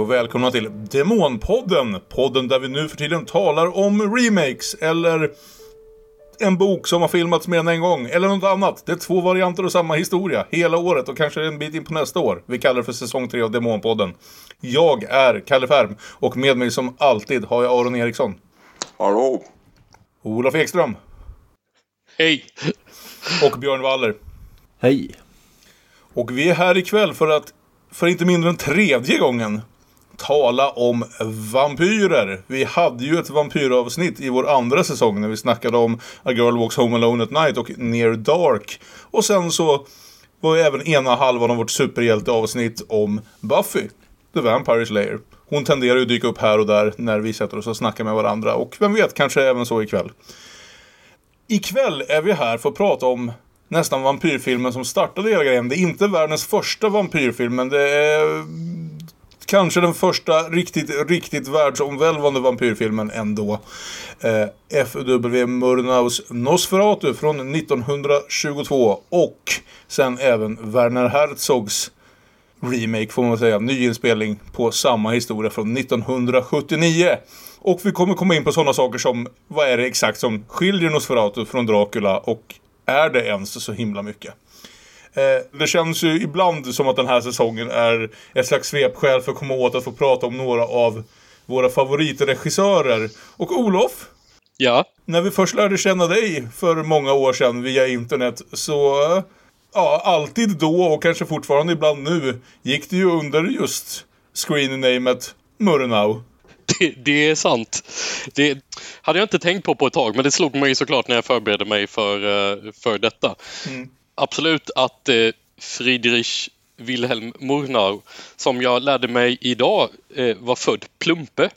och välkomna till Demonpodden. Podden där vi nu för tiden talar om remakes eller en bok som har filmats mer än en gång eller något annat. Det är 2 varianter och samma historia hela året och kanske en bit in på nästa år. Vi kallar det för säsong 3 av Demonpodden. Jag är Kalle Färm och med mig som alltid har jag Aron Eriksson. Hallå. Olof Ekström. Hej. Och Björn Waller. Hej. Och vi är här ikväll för att för inte mindre än 3:e gången tala om vampyrer. Vi hade ju ett vampyravsnitt i vår andra säsong när vi snackade om A Girl Walks Home Alone at Night och Near Dark. Och sen så var ju även ena halvan av vårt superhjälteavsnitt om Buffy, The Vampire Slayer. Hon tenderar ju att dyka upp här och där när vi sätter oss och snackar med varandra. Och vem vet, kanske även så ikväll. Ikväll är vi här för att prata om nästan vampyrfilmen som startade hela grejen. Det är inte världens första vampyrfilm, men det är kanske den första riktigt världsomvälvande vampyrfilmen ändå. F.W. Murnaus Nosferatu från 1922 och sen även Werner Herzogs remake, får man säga, nyinspelning på samma historia från 1979. Och vi kommer komma in på sådana saker som, vad är det exakt som skiljer Nosferatu från Dracula och är det ens så himla mycket? Det känns ju ibland som att den här säsongen är ett slags svepskäl för att komma åt att få prata om några av våra favoritregissörer. Och Olof? Ja? När vi först lärde känna dig för många år sedan via internet så, ja, alltid då och kanske fortfarande ibland nu gick det ju under just screen-namet Murnau. Det är sant. Det hade jag inte tänkt på ett tag, men det slog mig såklart när jag förberedde mig för detta. Absolut att Friedrich Wilhelm Murnau, som jag lärde mig idag, var född Plumpe.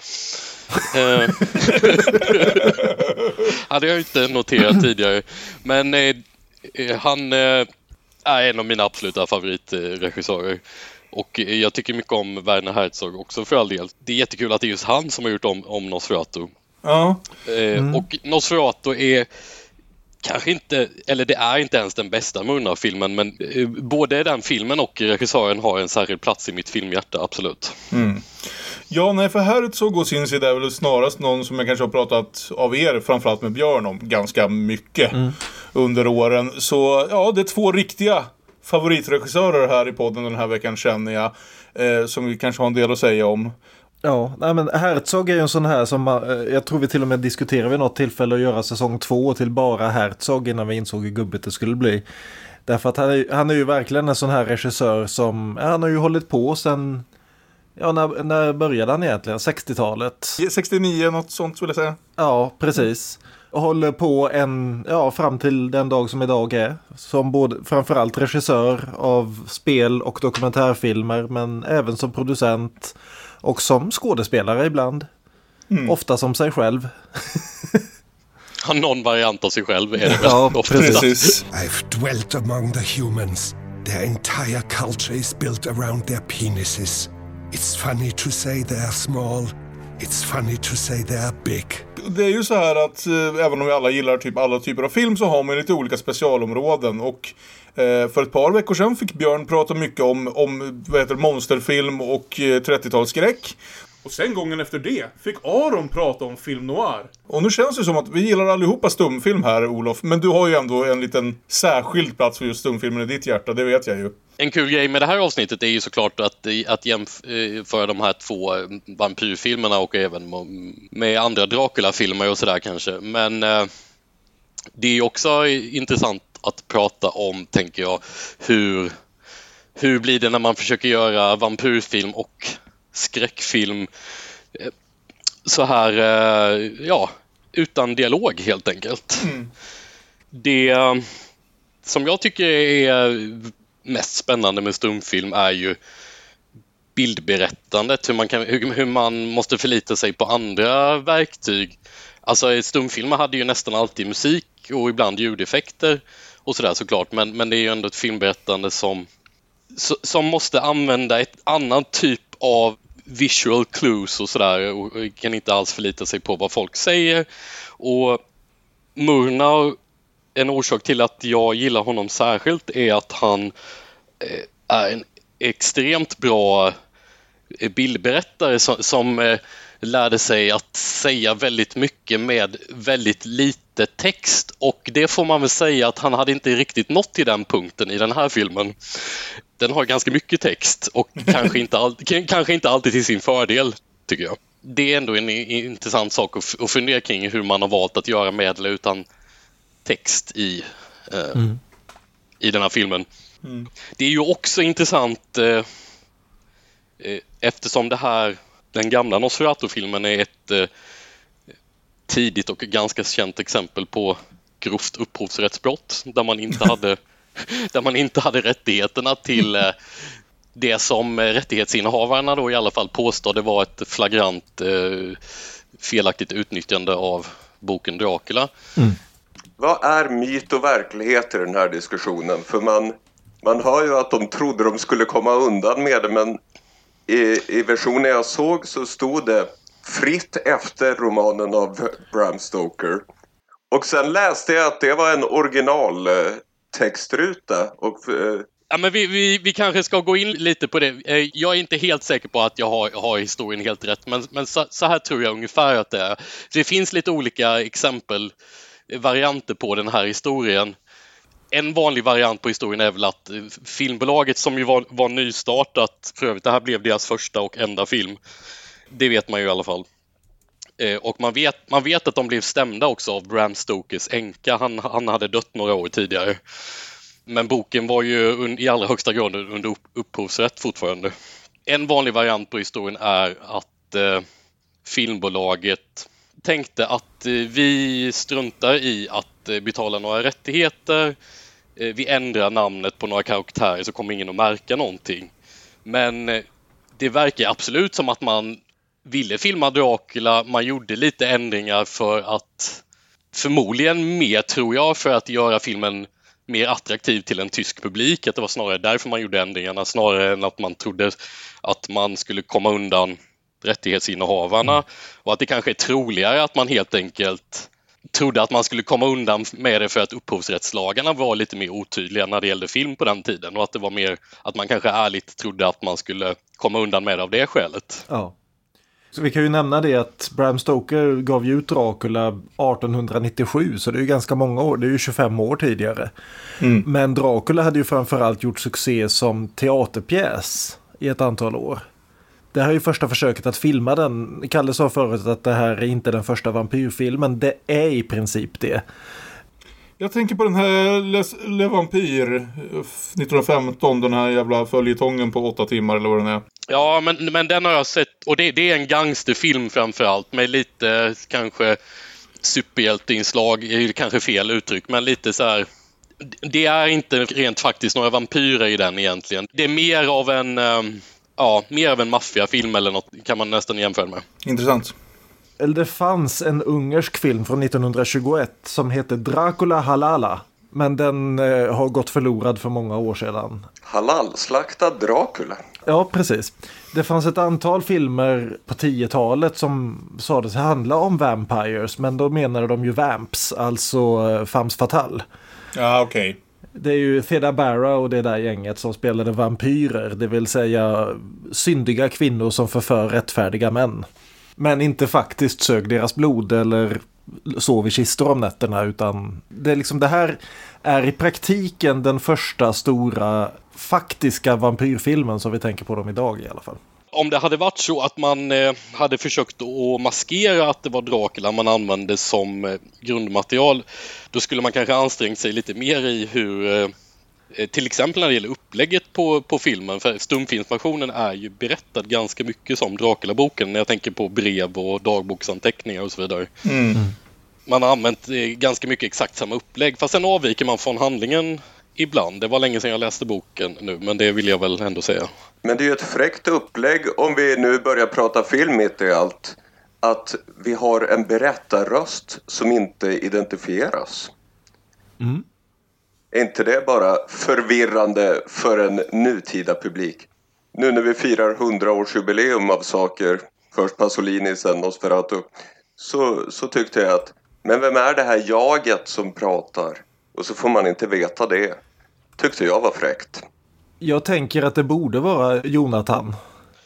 Hade jag inte noterat tidigare. Men han är en av mina absoluta favoritregissörer. Och jag tycker mycket om Werner Herzog också för all del. Det är jättekul att det är just han som har gjort om Nosferatu. Ja. Och Nosferatu är kanske inte, eller det är inte ens den bästa Murnau-filmen, men både den filmen och regissören har en särskild plats i mitt filmhjärta, absolut. Ja, nej, för Herzog och sin sida är väl snarast någon som jag kanske har pratat av er, framförallt med Björn, om ganska mycket under åren. Så ja, det är 2 riktiga favoritregissörer här i podden den här veckan, känner jag, som vi kanske har en del att säga om. Ja, nej, men Herzog är ju en sån här som jag tror vi till och med diskuterade vid något tillfälle att göra säsong 2 till bara Herzog innan vi insåg hur gubbigt det skulle bli. Därför att han är ju verkligen en sån här regissör som, han har ju hållit på sen, ja, när började han egentligen? 60-talet? 69, något sånt vill jag säga. Ja, precis. Och håller på fram till den dag som idag är. Som framförallt regissör av spel- och dokumentärfilmer, men även som producent och som skådespelare ibland. Ofta som sig själv. Han har någon variant av sig själv, är det väl? Ja, precis. I've dwelt among the humans. Their entire culture is built around their penises. It's funny to say they're small. It's funny to say they're big. Det är ju så här att även om vi alla gillar typ alla typer av film så har man lite olika specialområden. Och för ett par veckor sedan fick Björn prata mycket om vad heter monsterfilm och 30-talsskräck. Och sen gången efter det fick Aron prata om film noir. Och nu känns det som att vi gillar allihopa stumfilm här, Olof. Men du har ju ändå en liten särskild plats för just stumfilmen i ditt hjärta, det vet jag ju. En kul grej med det här avsnittet är ju såklart att jämföra de här 2 vampyrfilmerna och även med andra Dracula-filmer och sådär kanske. Men det är också intressant att prata om, tänker jag, hur blir det när man försöker göra vampyrfilm och skräckfilm så här, utan dialog helt enkelt. Det som jag tycker är mest spännande med stumfilm är ju bildberättandet, hur man måste förlita sig på andra verktyg. Alltså stumfilmer hade ju nästan alltid musik och ibland ljudeffekter och sådär såklart, men det är ju ändå ett filmberättande som måste använda ett annat typ av visual clues och sådär och kan inte alls förlita sig på vad folk säger. Och Murnau, en orsak till att jag gillar honom särskilt är att han är en extremt bra bildberättare som lärde sig att säga väldigt mycket med väldigt lite text, och det får man väl säga att han hade inte riktigt nått till den punkten i den här filmen. Den har ganska mycket text och kanske inte alltid till sin fördel, tycker jag. Det är ändå en intressant sak att fundera kring hur man har valt att göra med eller utan text i den här filmen. Det är ju också intressant eftersom den gamla Nosferatu-filmen är ett tidigt och ganska känt exempel på grovt upphovsrättsbrott där man inte hade rättigheterna till det som rättighetsinnehavarna då i alla fall påstod det var ett flagrant felaktigt utnyttjande av boken Dracula. Vad är myt och verklighet i den här diskussionen? För man hör ju att de trodde de skulle komma undan med det, men i versionen jag såg så stod det fritt efter romanen av Bram Stoker. Och sen läste jag att det var en original textruta. Ja, men vi kanske ska gå in lite på det. Jag är inte helt säker på att jag har historien helt rätt, men så här tror jag ungefär att det är. Det finns lite olika varianter på den här historien. En vanlig variant på historien är väl att filmbolaget, som ju var nystartat, för övrigt det här blev deras första och enda film. Det vet man ju i alla fall. Och man vet att de blev stämda också av Bram Stokers änka. Han hade dött några år tidigare. Men boken var ju i allra högsta grad under upphovsrätt fortfarande. En vanlig variant på historien är att filmbolaget tänkte att vi struntar i att betala några rättigheter. Vi ändrar namnet på några karaktärer så kommer ingen att märka någonting. Men det verkar absolut som att man ville filma Dracula. Man gjorde lite ändringar för att, förmodligen mer tror jag, för att göra filmen mer attraktiv till en tysk publik. Att det var snarare därför man gjorde ändringarna, snarare än att man trodde att man skulle komma undan rättighetsinnehavarna. Och att det kanske är troligare att man helt enkelt trodde att man skulle komma undan med det för att upphovsrättslagarna var lite mer otydliga när det gällde film på den tiden. Och att det var mer att man kanske ärligt trodde att man skulle komma undan med det av det skälet. Ja. Så vi kan ju nämna det att Bram Stoker gav ut Dracula 1897, så det är ju ganska många år, det är ju 25 år tidigare. Men Dracula hade ju framförallt gjort succé som teaterpjäs i ett antal år. Det här är ju första försöket att filma den. Kalle sa förut att det här är inte den första vampyrfilmen. Det är i princip det. Jag tänker på den här Le Vampyr 1915, den här jävla följetongen på 8 timmar eller vad den är. Ja, men den har jag sett, och det är en gangsterfilm framförallt med lite kanske superhjälteinslag, är kanske fel uttryck, men lite så här. Det är inte rent faktiskt några vampyrer i den egentligen. Det är mer av en maffiafilm eller något, kan man nästan jämföra med. Intressant. Eller det fanns en ungersk film från 1921 som heter Dracula Halala. Men den har gått förlorad för många år sedan. Halal-slaktad Dracula. Ja, precis. Det fanns ett antal filmer på 10-talet som sades handla om vampires. Men då menade de ju vamps, alltså femme fatale. Ja, okej. Det är ju Theda Bara och det där gänget som spelade vampyrer. Det vill säga syndiga kvinnor som förför rättfärdiga män. Men inte faktiskt sög deras blod eller sov i kistor om nätterna, utan det är liksom, det här är i praktiken den första stora faktiska vampyrfilmen som vi tänker på dem idag i alla fall. Om det hade varit så att man hade försökt att maskera att det var Dracula man använde som grundmaterial, då skulle man kanske ansträngt sig lite mer i hur, till exempel när det gäller upplägget på filmen, för stumfilmsversionen är ju berättad ganska mycket som Dracula-boken, när jag tänker på brev och dagboksanteckningar och så vidare. Man har använt ganska mycket exakt samma upplägg, fast sen avviker man från handlingen ibland. Det var länge sedan jag läste boken nu, men det vill jag väl ändå säga. Men det är ju ett fräckt upplägg, om vi nu börjar prata film mitt i allt, att vi har en berättarröst som inte identifieras. Är inte det bara förvirrande för en nutida publik? Nu när vi firar 100-årsjubileum av saker, först Pasolini, sen Nosferatu, så tyckte jag att, men vem är det här jaget som pratar? Och så får man inte veta det. Tyckte jag var fräckt. Jag tänker att det borde vara Jonathan.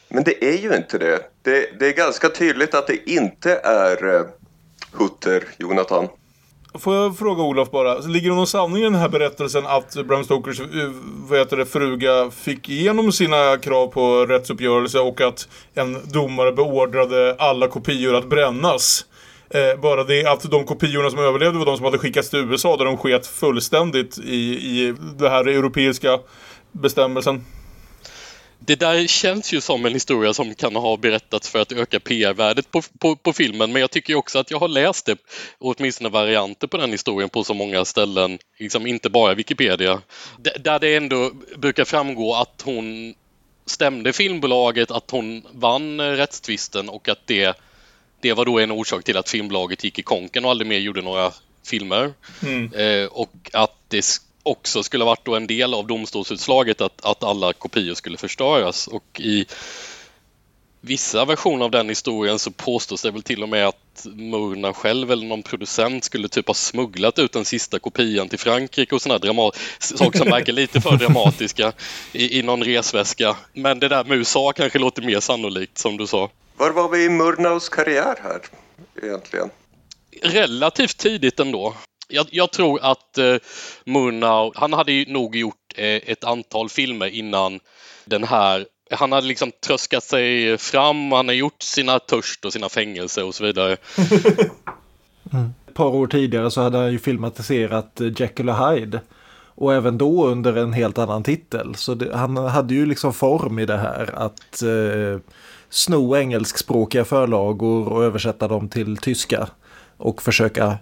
Men det är ju inte det. Det är ganska tydligt att det inte är Hutter, Jonathan. Får jag fråga Olof bara, ligger det någon sanning i den här berättelsen att Bram Stokers fruga fick igenom sina krav på rättsuppgörelse och att en domare beordrade alla kopior att brännas? Bara det att de kopiorna som överlevde var de som hade skickats till USA där de sket fullständigt i det här europeiska bestämmelsen. Det där känns ju som en historia som kan ha berättats för att öka PR-värdet på filmen, men jag tycker också att jag har läst det, åtminstone varianter på den historien på så många ställen, liksom inte bara Wikipedia, där det ändå brukar framgå att hon stämde filmbolaget, att hon vann rättstvisten och att det var då en orsak till att filmbolaget gick i konken och aldrig mer gjorde några filmer. Och att det också skulle varit då en del av domstolsutslaget att alla kopior skulle förstöras. Och i vissa versioner av den historien så påstås det väl till och med att Murnau själv eller någon producent skulle typ ha smugglat ut den sista kopian till Frankrike och sådana saker som verkar lite för dramatiska i någon resväska. Men det där med USA kanske låter mer sannolikt, som du sa. Var var vi i Murnaus karriär här egentligen? Relativt tidigt ändå. Jag tror att Murnau, han hade ju nog gjort ett antal filmer innan den här. Han hade liksom tröskat sig fram, han har gjort sina Törst och sina Fängelse och så vidare. Ett par år tidigare så hade han ju filmatiserat Jekyll och Hyde. Och även då under en helt annan titel. Så han hade ju liksom form i det här att sno engelskspråkiga förlagor och översätta dem till tyska. Och försöka...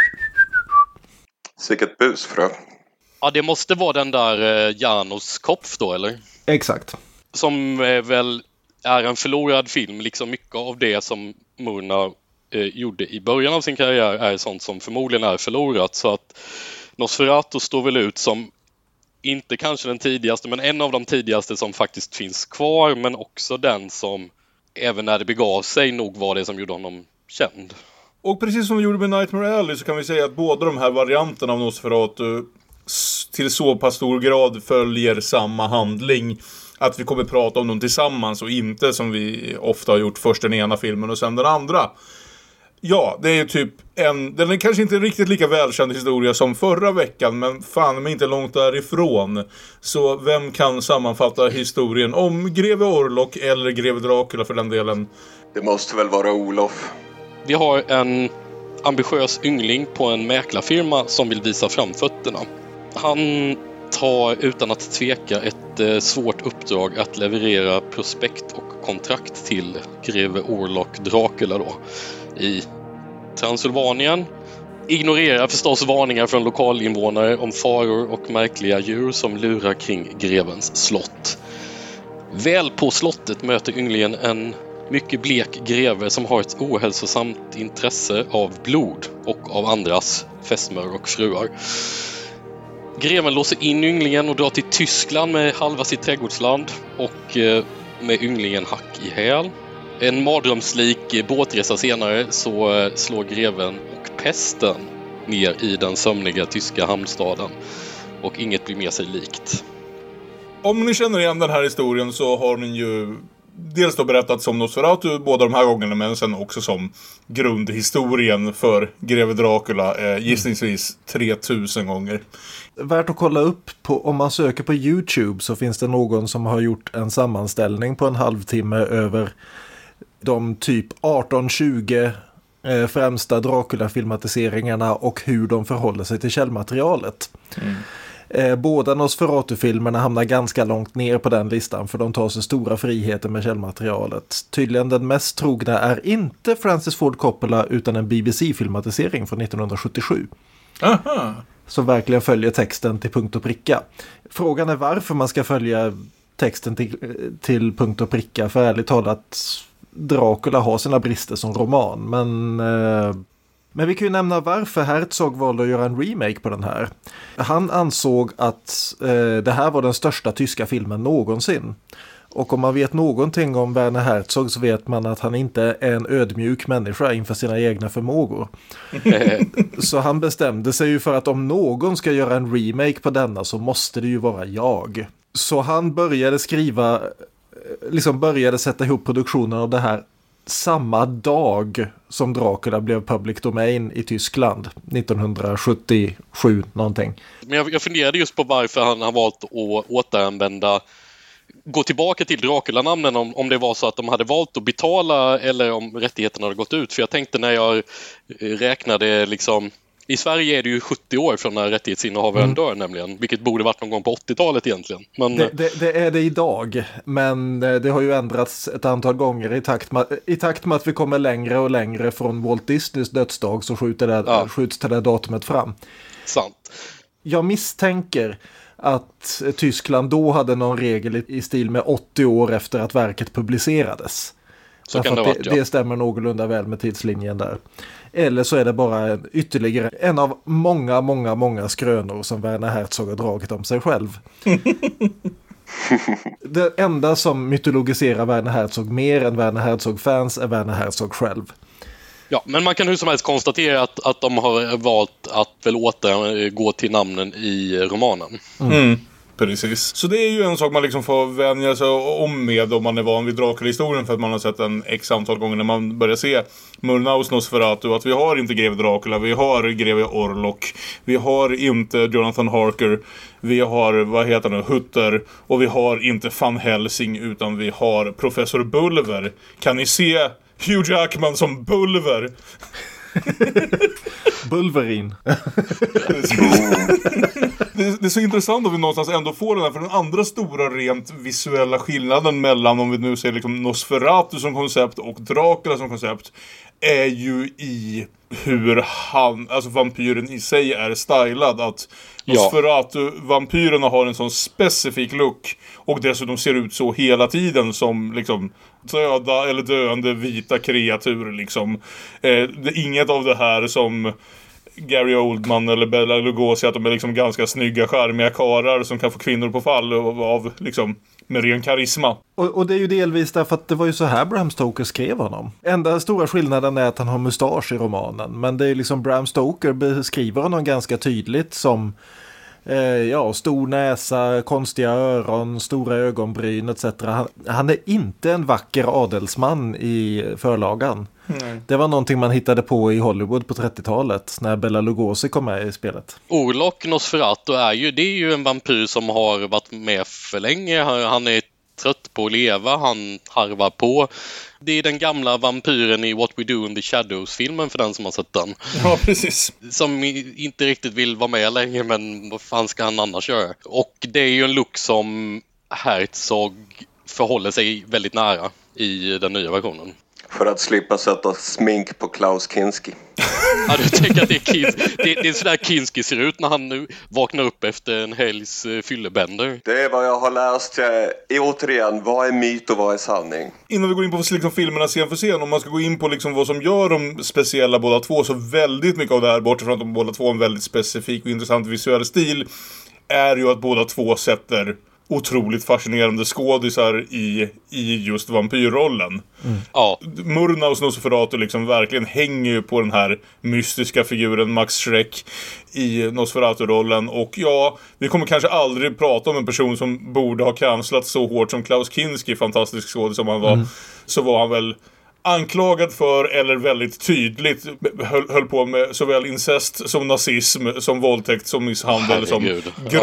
Säkert busfrö. Ja, det måste vara den där Janos Kopf då, eller? Exakt. Som väl är en förlorad film, liksom mycket av det som Murnau gjorde i början av sin karriär är sånt som förmodligen är förlorat. Så att Nosferatu står väl ut som inte kanske den tidigaste, men en av de tidigaste som faktiskt finns kvar, men också den som även när det begav sig nog var det som gjorde honom känd. Och precis som vi gjorde med Nightmare Alley så kan vi säga att båda de här varianterna av Nosferatu till så pass stor grad följer samma handling. Att vi kommer prata om dem tillsammans och inte som vi ofta har gjort först den ena filmen och sen den andra. Ja, det är ju typ den är kanske inte riktigt lika välkänd historia som förra veckan, men fan mig inte långt därifrån. Så vem kan sammanfatta historien om greve Orlok eller greve Dracula för den delen? Det måste väl vara Olof. Vi har en ambitiös yngling på en mäklarfirma som vill visa framfötterna. Han tar utan att tveka ett svårt uppdrag att leverera prospekt och kontrakt till greve Orlok Dracula då i Transylvanien. Ignorerar förstås varningar från lokalinvånare om faror och märkliga djur som lurar kring grevens slott. Väl på slottet möter ynglingen en mycket blek greve som har ett ohälsosamt intresse av blod och av andras fästmör och fruar. Greven låser in ynglingen och drar till Tyskland med halva sitt trädgårdsland och med ynglingen hack i häl. En mardrömslik båtresa senare så slår greven och pesten ner i den sömniga tyska hamnstaden och inget blir mer sig likt. Om ni känner igen den här historien så har ni ju dels då berättat som Nosferatu båda de här gångerna, men sen också som grundhistorien för greve Dracula gissningsvis 3000 gånger. Värt att kolla upp på, om man söker på YouTube så finns det någon som har gjort en sammanställning på en halvtimme över de typ 18-20 främsta Dracula-filmatiseringarna och hur de förhåller sig till källmaterialet. Båda Nosferatu-filmerna hamnar ganska långt ner på den listan för de tar sig stora friheter med källmaterialet. Tydligen den mest trogna är inte Francis Ford Coppola utan en BBC-filmatisering från 1977. Aha. Som verkligen följer texten till punkt och pricka. Frågan är varför man ska följa texten till punkt och pricka, för ärligt talat Dracula har sina brister som roman, men vi kan ju nämna varför Herzog valde att göra en remake på den här. Han ansåg att det här var den största tyska filmen någonsin. Och om man vet någonting om Werner Herzog så vet man att han inte är en ödmjuk människa inför sina egna förmågor. Så han bestämde sig ju för att om någon ska göra en remake på denna så måste det ju vara jag. Så han började skriva liksom började sätta ihop produktionen av det här samma dag som Dracula blev public domain i Tyskland 1977 någonting. Men jag funderade just på varför han har valt att återanvända, gå tillbaka till Dracula-namnen, om det var så att de hade valt att betala eller om rättigheterna hade gått ut. För jag tänkte när jag räknade liksom, i Sverige är det ju 70 år från när rättighetsinnehavaren dör nämligen, vilket borde varit någon gång på 80-talet egentligen. Men det är det idag, men det har ju ändrats ett antal gånger i takt med att vi kommer längre och längre från Walt Disneys dödsdag, så skjuts det där datumet fram. Sant. Jag misstänker att Tyskland då hade någon regel i stil med 80 år efter att verket publicerades. Så kan det vara, det stämmer någorlunda väl med tidslinjen där. Eller så är det bara ytterligare en av många skrönor som Werner Herzog har dragit om sig själv. Det enda som mytologiserar Werner Herzog mer än Werner Herzog-fans är Werner Herzog själv. Ja, men man kan hur som helst konstatera att de har valt att väl återgå till namnen i romanen. Precis. Så det är ju en sak man liksom får vänja sig om med om man är van vid Dracula-historien, för att man har sett en x antal gånger när man börjar se Murnaus Nosferatu, att vi har inte greve Dracula, vi har greve Orlok, vi har inte Jonathan Harker, vi har, vad heter det, Hutter, och vi har inte Van Helsing, utan vi har Professor Bulver. Kan ni se Hugh Jackman som Bulver? Bulverin. Det är så intressant att vi någonstans ändå får den här, för den andra stora rent visuella skillnaden mellan, om vi nu ser liksom Nosferatu som koncept och Dracula som koncept, är ju i hur han, alltså vampyren i sig är stylad. Att Nosferatu-vampyrerna har en sån specifik look och dessutom ser ut så hela tiden som liksom döda eller döende vita kreatur liksom. Det är inget av det här som Gary Oldman eller Bela Lugosi, att de är liksom ganska snygga, charmiga karar som kan få kvinnor på fall av liksom med ren karisma. Och det är ju delvis därför att det var ju så här Bram Stoker skrev honom. Enda stora skillnaden är att han har mustasch i romanen, men det är liksom Bram Stoker beskriver honom ganska tydligt som stor näsa, konstiga öron, stora ögonbryn etc. Han är inte en vacker adelsman i förlagan. Nej. Det var någonting man hittade på i Hollywood på 30-talet när Bela Lugosi kom med i spelet. Orlok Nosferatu är ju en vampyr som har varit med för länge. Han är trött på att leva, han harvar på. Det är den gamla vampyren i What We Do in the Shadows-filmen, för den som har sett den. Ja, precis. Som inte riktigt vill vara med längre, men vad fan ska han annars göra? Och det är ju en look som Herzog förhåller sig väldigt nära i den nya versionen. För att slippa sätta smink på Klaus Kinski. Ja, du tänker att det är sådär Kinski ser ut när han nu vaknar upp efter en helgs fyllebänder. Det är vad jag har läst. Återigen, vad är myt och vad är sanning? Innan vi går in på liksom filmerna scen för scen, om man ska gå in på liksom vad som gör dem speciella båda två, så väldigt mycket av det här, bortifrån att de båda två har en väldigt specifik och intressant visuell stil, är ju att båda två sätter otroligt fascinerande skådisar i just vampyrrollen. Ja. Murnaus Nosferatu liksom verkligen hänger ju på den här mystiska figuren Max Schreck i Nosferatu-rollen. Och ja, vi kommer kanske aldrig prata om en person som borde ha cancelat så hårt som Klaus Kinski, fantastisk skådis som han var. Så var han väl anklagad för, eller väldigt tydligt höll på med såväl incest som nazism, som våldtäkt, som misshandel, som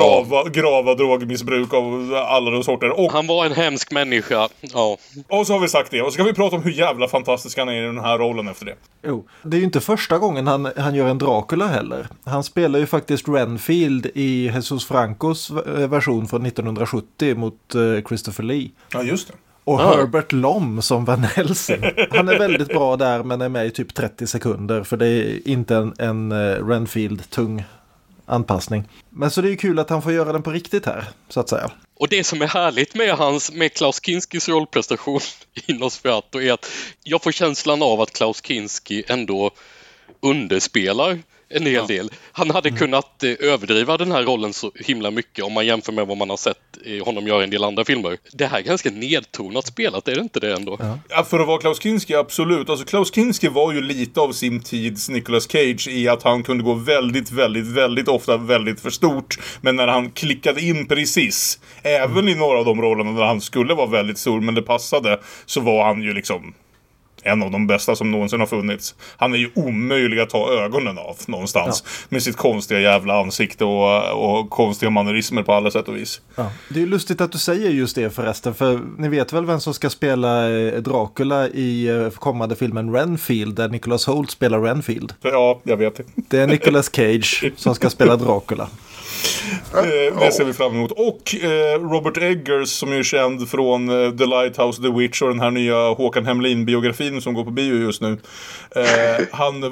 grava drogmissbruk av alla de sorter. Och han var en hemsk människa. Ja. Och så har vi sagt det. Och så ska vi prata om hur jävla fantastisk han är i den här rollen efter det. Jo, det är ju inte första gången han gör en Dracula heller. Han spelar ju faktiskt Renfield i Jesus Francos version från 1970 mot Christopher Lee. Ja, just det. Och Herbert Lom som Van Helsing. Han är väldigt bra där, men är med i typ 30 sekunder. För det är inte en Renfield-tung anpassning. Men så det är ju kul att han får göra den på riktigt här, så att säga. Och det som är härligt med Klaus Kinskis rollprestation i Nosferatu är att jag får känslan av att Klaus Kinski ändå underspelar en hel del. Han hade kunnat överdriva den här rollen så himla mycket om man jämför med vad man har sett honom göra i en del andra filmer. Det här är ganska nedtonat spelat, är det inte det ändå? Ja, för att vara Klaus Kinski, absolut. Alltså Klaus Kinski var ju lite av sin tids Nicolas Cage i att han kunde gå väldigt, väldigt, väldigt ofta väldigt för stort. Men när han klickade in precis, även i några av de rollerna där han skulle vara väldigt stor men det passade, så var han ju liksom en av de bästa som någonsin har funnits. Han är ju omöjlig att ta ögonen av någonstans. Med sitt konstiga jävla ansikte och konstiga mannerismer på alla sätt och vis. Ja. Det är ju lustigt att du säger just det förresten. För ni vet väl vem som ska spela Dracula i kommande filmen Renfield, där Nicholas Hoult spelar Renfield. Ja, jag vet det. Det är Nicolas Cage som ska spela Dracula. Det ser vi fram emot. Och Robert Eggers, som är känd från The Lighthouse, The Witch och den här nya Håkan Hemlin-biografin som går på bio just nu. Han,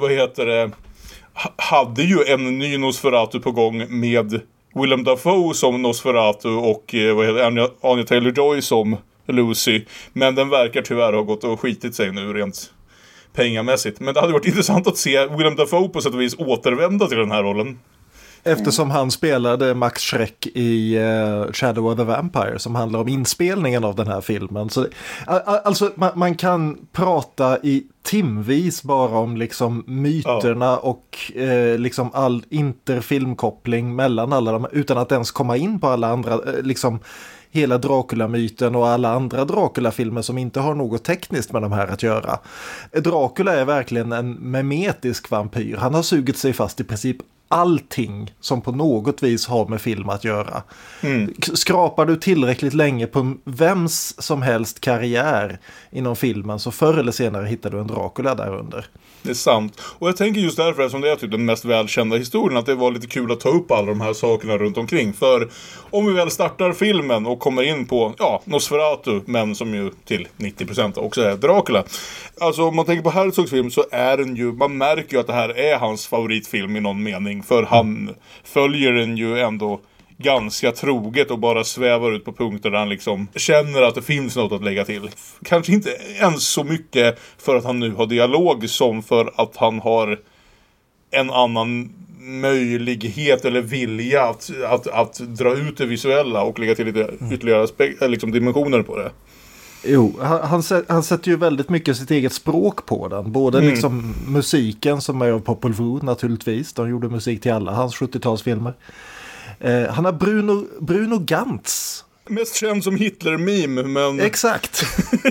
hade ju en ny Nosferatu på gång med Willem Dafoe som Nosferatu och Anya Taylor-Joy som Lucy. Men den verkar tyvärr ha gått och skitit sig nu rent pengamässigt. Men det hade varit intressant att se Willem Dafoe på sätt och vis återvända till den här rollen. Eftersom han spelade Max Schreck i Shadow of the Vampire, som handlar om inspelningen av den här filmen. Så, alltså man kan prata i timvis bara om liksom myterna och liksom all interfilmkoppling mellan alla dem, utan att ens komma in på alla andra, liksom hela Dracula-myten och alla andra Dracula-filmer som inte har något tekniskt med de här att göra. Dracula är verkligen en memetisk vampyr. Han har sugit sig fast i princip allting som på något vis har med film att göra. Skrapar du tillräckligt länge på vems som helst karriär inom filmen, så förr eller senare hittar du en Dracula där under. Det är sant. Och jag tänker just därför, som det är typ den mest välkända historien, att det var lite kul att ta upp alla de här sakerna runt omkring. För om vi väl startar filmen och kommer in på Nosferatu, men som ju till 90% också är Dracula. Alltså om man tänker på Herzogs film, så är den ju, man märker ju att det här är hans favoritfilm i någon mening. För han följer den ju ändå ganska troget och bara svävar ut på punkter där han liksom känner att det finns något att lägga till. Kanske inte ens så mycket för att han nu har dialog som för att han har en annan möjlighet eller vilja att dra ut det visuella och lägga till lite ytterligare liksom dimensioner på det. Jo, han sätter ju väldigt mycket sitt eget språk på den. Både liksom musiken, som är av Popol Vuh naturligtvis. De gjorde musik till alla hans 70-talsfilmer. Han har Bruno Gantz. Mest känd som Hitler-meme, men... Exakt.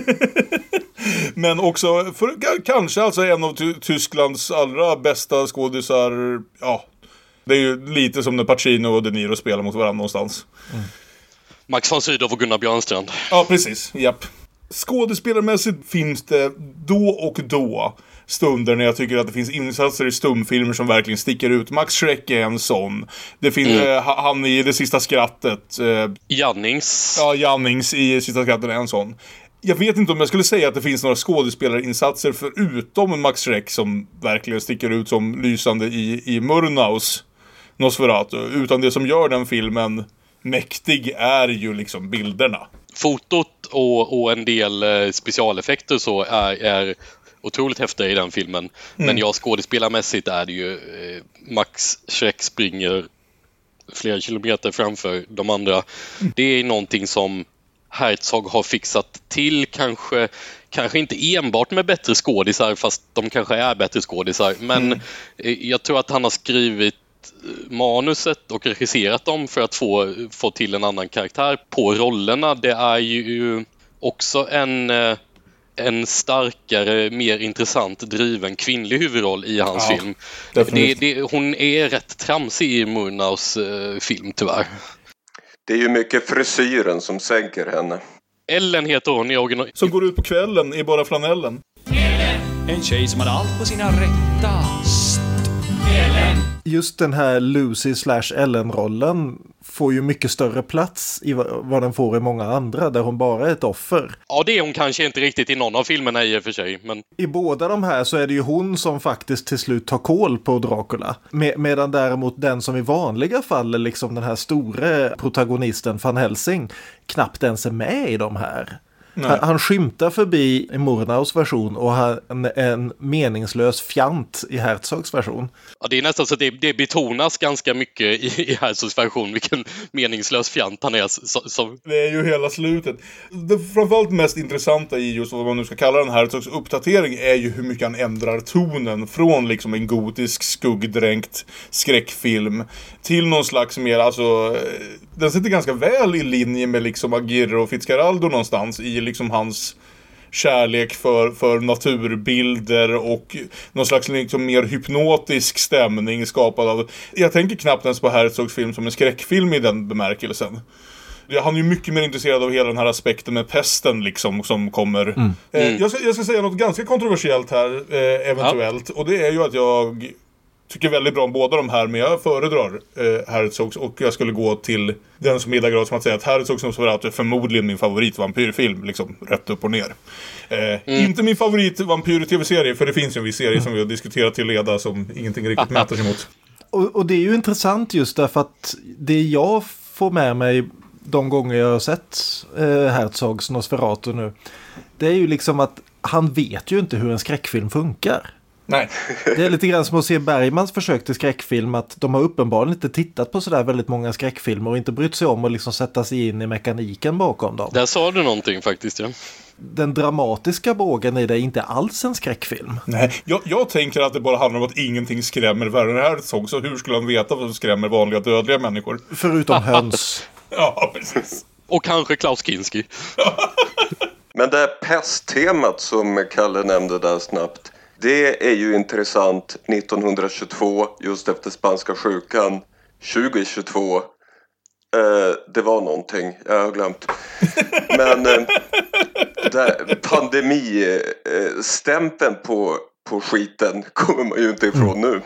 Men också, kanske alltså en av Tysklands allra bästa skådisar. Ja, det är ju lite som när Pacino och De Niro spelar mot varandra någonstans. Max von Sydow och Gunnar Björnstrand. Ja, precis. Japp. Skådespelarmässigt finns det då och då stunder när jag tycker att det finns insatser i stumfilmer som verkligen sticker ut. Max Schreck är en sån. Det finns han i Det sista skrattet. Jannings. Ja, Jannings i Sista skrattet är en sån. Jag vet inte om jag skulle säga att det finns några skådespelarinsatser förutom Max Schreck som verkligen sticker ut som lysande i Murnaus Nosferatu. Utan det som gör den filmen mäktig är ju liksom bilderna. Fotot och en del specialeffekter så är otroligt häftiga i den filmen. Men skådespelarmässigt är det ju Max Schreck springer flera kilometer framför de andra. Det är någonting som Herzog har fixat till, kanske inte enbart med bättre skådisar, fast de kanske är bättre skådisar. Men jag tror att han har skrivit manuset och regisserat dem för att få till en annan karaktär på rollerna. Det är ju också en starkare, mer intressant driven kvinnlig huvudroll i hans film. Hon är rätt tramsig i Murnaus film, tyvärr. Det är ju mycket frisyren som sänker henne. Ellen heter hon i original. Som går ut på kvällen i bara flanellen. En tjej som hade allt på sina rätta. Just den här Lucy/Ellen-rollen får ju mycket större plats i vad den får i många andra, där hon bara är ett offer. Ja, det är hon kanske inte riktigt i någon av filmerna i och för sig. Men... I båda de här så är det ju hon som faktiskt till slut tar koll på Dracula. Medan däremot den som i vanliga fall är liksom den här stora protagonisten Van Helsing knappt ens är med i de här. Han skymtar förbi i Murnaus version och har en meningslös fjant i Herzogs version. Ja, det är nästan så att det betonas ganska mycket i Herzogs version vilken meningslös fjant han är. Som... Det är ju hela slutet. Det framförallt mest intressanta i just vad man nu ska kalla den Herzogs uppdatering är ju hur mycket han ändrar tonen från liksom en gotisk skuggdränkt skräckfilm till någon slags mer, alltså den sitter ganska väl i linje med liksom Aguirre och Fitzcarraldo någonstans i liksom hans kärlek för naturbilder och någon slags liksom mer hypnotisk stämning skapad av, jag tänker knappt ens på Herzogs film som en skräckfilm i den bemärkelsen. Han är ju mycket mer intresserad av hela den här aspekten med pesten liksom som kommer. Jag ska säga något ganska kontroversiellt här eventuellt, och det är ju att jag tycker väldigt bra om båda de här, men jag föredrar Herzogs, och jag skulle gå till den som middagrad som att säga att Herzogs som svarat är förmodligen min favoritvampyrfilm, liksom rätt upp och ner. Inte min favoritvampyr-tv-serie, för det finns ju en viss serie som vi har diskuterat till leda som ingenting riktigt mäter sig mot. Och det är ju intressant just därför att det jag får med mig de gånger jag har sett Herzogs Nosferatu nu, det är ju liksom att han vet ju inte hur en skräckfilm funkar. Nej. Det är lite grann som att se Bergmans försök till skräckfilm, att de har uppenbarligen inte tittat på sådär väldigt många skräckfilmer och inte brytt sig om att liksom sätta sig in i mekaniken bakom dem. Där sa du någonting faktiskt, ja. Den dramatiska bågen i det är inte alls en skräckfilm. Nej, jag tänker att det bara handlar om att ingenting skrämmer värre än Herzog, så hur skulle han veta vad som skrämmer vanliga dödliga människor? Förutom höns. Ja, precis. Och kanske Klaus Kinski. Men det här pesttemat som Kalle nämnde där snabbt, det är ju intressant 1922, just efter spanska sjukan. 2022, det var någonting, jag har glömt. Men pandemistämpeln på skiten kommer man ju inte ifrån nu.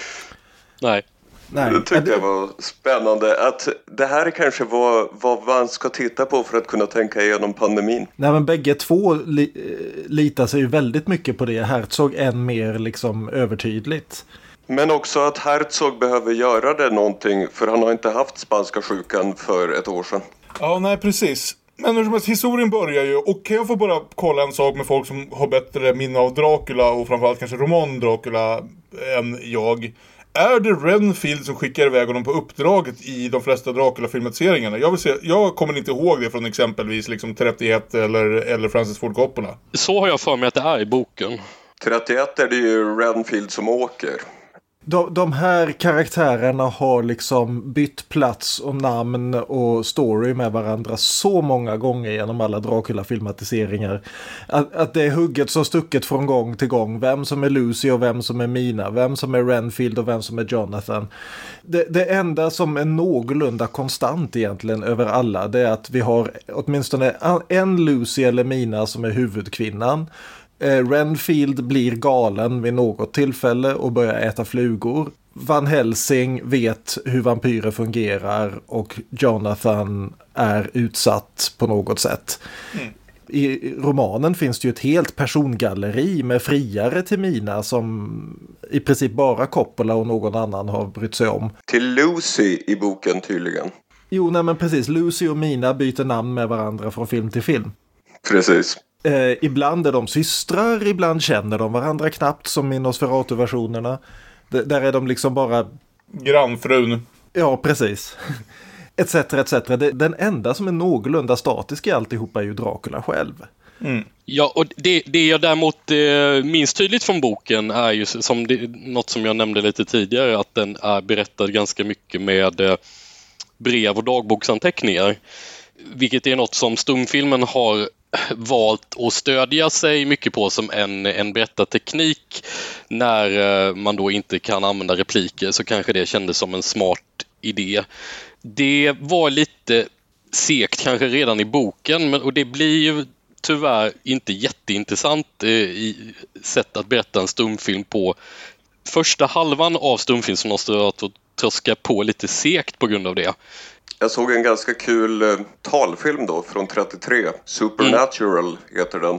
Nej. Det tyckte jag var spännande, att det här är kanske vad man ska titta på för att kunna tänka igenom pandemin. Nej, men bägge två litar sig ju väldigt mycket på det. Herzog än mer liksom övertydligt. Men också att Herzog behöver göra det någonting, för han har inte haft spanska sjukan för ett år sedan. Ja, nej, precis. Men historien börjar ju, och kan jag få bara kolla en sak med folk som har bättre minne av Dracula och framförallt kanske roman Dracula än jag. Är det Renfield som skickar iväg honom på uppdraget i de flesta Dracula-filmatiseringarna? Jag kommer inte ihåg det från exempelvis liksom 31 eller Francis Ford Coppola. Så har jag för mig att det är i boken. 31 är det ju Renfield som åker. De här karaktärerna har liksom bytt plats och namn och story med varandra så många gånger genom alla Dracula-filmatiseringar. Att det är hugget så stucket från gång till gång. Vem som är Lucy och vem som är Mina. Vem som är Renfield och vem som är Jonathan. Det enda som är någorlunda konstant egentligen över alla, det är att vi har åtminstone en Lucy eller Mina som är huvudkvinnan. Renfield blir galen vid något tillfälle och börjar äta flugor. Van Helsing vet hur vampyrer fungerar och Jonathan är utsatt på något sätt. I romanen finns det ju ett helt persongalleri med friare till Mina som i princip bara Coppola och någon annan har brytt sig om. Till Lucy i boken tydligen. Jo, nej men precis. Lucy och Mina byter namn med varandra från film till film. Precis. Ibland är de systrar, ibland känner de varandra knappt som i Nosferatu-versionerna. Där är de liksom bara... grannfrun. Ja, precis. Etc. Den enda som är någorlunda statisk i alltihopa är ju Dracula själv. Ja, och det jag däremot minns tydligt från boken är ju något som jag nämnde lite tidigare, att den är berättad ganska mycket med brev och dagboksanteckningar. Vilket är något som stumfilmen har valt att stödja sig mycket på som en berättarteknik. När man då inte kan använda repliker så kanske det kändes som en smart idé. Det var lite segt kanske redan i boken, och det blir ju tyvärr inte jätteintressant i sätt att berätta en stumfilm på. Första halvan av stumfilm som måste tröska på lite segt på grund av det. Jag såg en ganska kul talfilm då från 33. Supernatural heter den.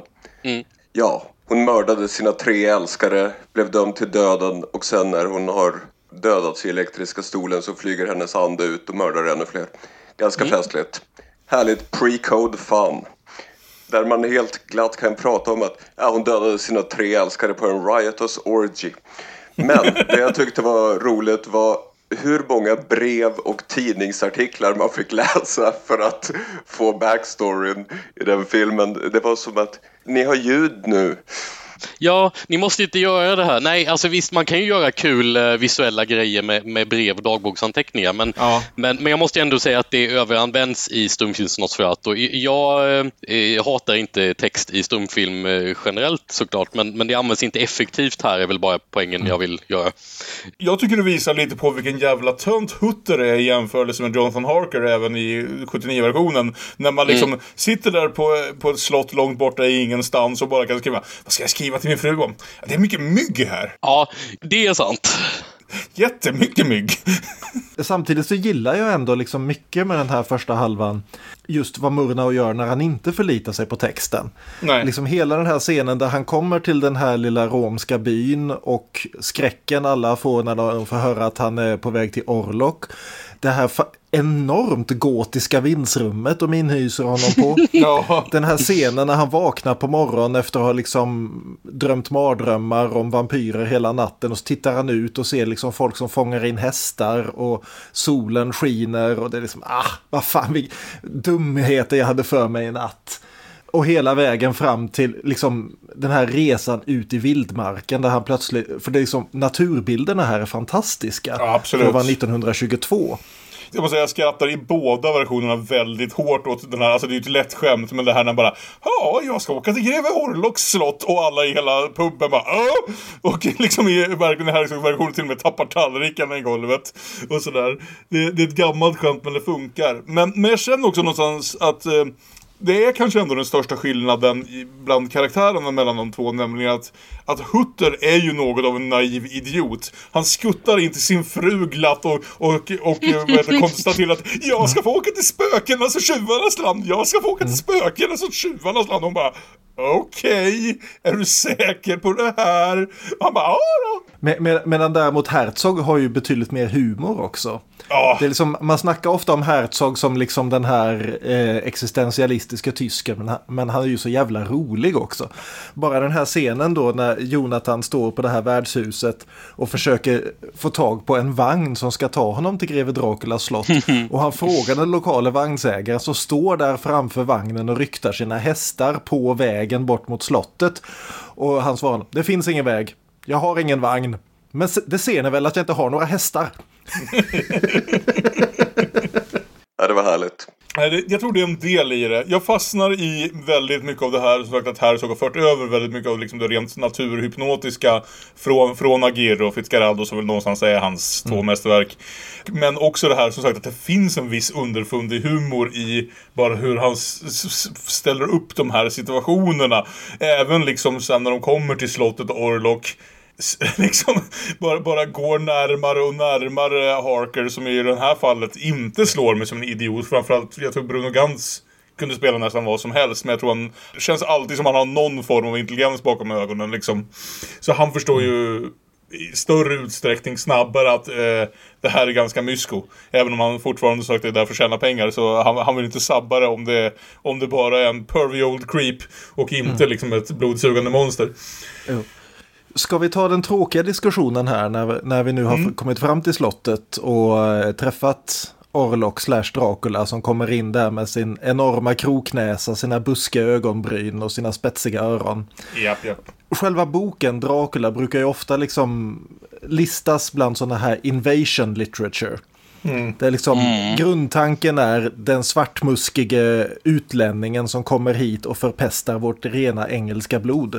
Ja, hon mördade sina 3 älskare, blev dömd till döden, och sen när hon har dödats i elektriska stolen så flyger hennes ande ut och mördar ännu fler. Ganska festligt. Härligt pre-code fun. där man helt glatt kan prata om att hon dödade sina 3 älskare på en riotous orgy. Men det jag tyckte var roligt var hur många brev och tidningsartiklar man fick läsa för att få backstoryn i den filmen. Det var som att ni har ljud nu. Ja, ni måste inte göra det här. Nej, alltså visst, man kan ju göra kul visuella grejer med brev och dagboksanteckningar, men jag måste ändå säga att det överanvänds i stumfilmsnosferatu. Jag hatar inte text i stumfilm generellt såklart, men det används inte effektivt här, är väl bara poängen jag vill göra. Jag tycker det visar lite på vilken jävla tönt Hutter är i jämförelse med Jonathan Harker även i 79-versionen. När man liksom sitter där på ett slott långt borta i ingenstans och bara kan skriva, vad ska jag skriva till min fru om? Det är mycket mygg här. Ja, det är sant. Jättemycket mygg. Samtidigt så gillar jag ändå liksom mycket med den här första halvan. Just vad Murnau gör när han inte förlitar sig på texten. Nej. Liksom hela den här scenen där han kommer till den här lilla romska byn och skräcken alla får när de får höra att han är på väg till Orlok. Det här enormt gotiska vindsrummet de inhyser honom på. Ja. Den här scenen när han vaknar på morgonen efter att ha liksom drömt mardrömmar om vampyrer hela natten, och så tittar han ut och ser liksom folk som fångar in hästar och solen skiner och det är liksom, vad fan, dumheter jag hade för mig i natt. Och hela vägen fram till liksom den här resan ut i vildmarken där han plötsligt, för det är liksom, naturbilderna här är fantastiska. Ja, absolut. Det var 1922. Jag måste säga, jag skrattar i båda versionerna väldigt hårt åt den här, alltså det är ju ett lätt skämt, men det här när bara, jag ska åka till Greve Orloks slott, och alla i hela puben bara, och liksom i den här versionen till och med tappar tallrikarna i golvet och sådär. Det är ett gammalt skämt, men det funkar. Men jag känner också någonstans att det är kanske ändå den största skillnaden bland karaktärerna mellan de två, nämligen att Hutter är ju något av en naiv idiot. Han skuttar in till sin fru glatt och konstaterar att jag ska få åka till spökenas och tjuvarnas land. Jag ska få åka till spökenas och tjuvarnas land. Och hon bara, okej, är du säker på det här? Han bara, ja då. Medan däremot Herzog har ju betydligt mer humor också. Ja. Det är liksom, man snackar ofta om Herzog som liksom den här existentialistiska tysken, men han är ju så jävla rolig också. Bara den här scenen då när Jonathan står på det här värdshuset och försöker få tag på en vagn som ska ta honom till Greve Draculas slott, och han frågar den lokala vagnsägaren som står där framför vagnen och ryktar sina hästar på vägen bort mot slottet, och han svarar, det finns ingen väg, jag har ingen vagn, men det ser ni väl att jag inte har några hästar. Ja, det var härligt. Jag tror det är en del i det. Jag fastnar i väldigt mycket av det här, som sagt, att Herzog har fört över väldigt mycket av liksom det rent naturhypnotiska från Aguirre och Fitzcarraldo, som väl någonstans är hans två mästerverk. Men också det här, som sagt, att det finns en viss underfundig humor i bara hur han ställer upp de här situationerna. Även liksom sen när de kommer till slottet Orlok, liksom bara går närmare och närmare Harker, som i det här fallet inte slår mig som en idiot. Framförallt, jag tror Bruno Ganz kunde spela nästan vad som helst, men jag tror han känns alltid som han har någon form av intelligens bakom ögonen liksom. Så han förstår ju i större utsträckning snabbare att det här är ganska mysko. Även om han fortfarande sagt att det är där för att tjäna pengar, så han vill inte sabba det om det bara är en pervy old creep och inte liksom ett blodsugande monster. Ska vi ta den tråkiga diskussionen här när vi nu har kommit fram till slottet och träffat Orlok/Dracula som kommer in där med sin enorma kroknäsa, sina buskiga ögonbryn och sina spetsiga öron. Japp. Själva boken Dracula brukar ju ofta liksom listas bland sådana här invasion literature. Det är liksom, grundtanken är den svartmuskige utlänningen som kommer hit och förpestar vårt rena engelska blod.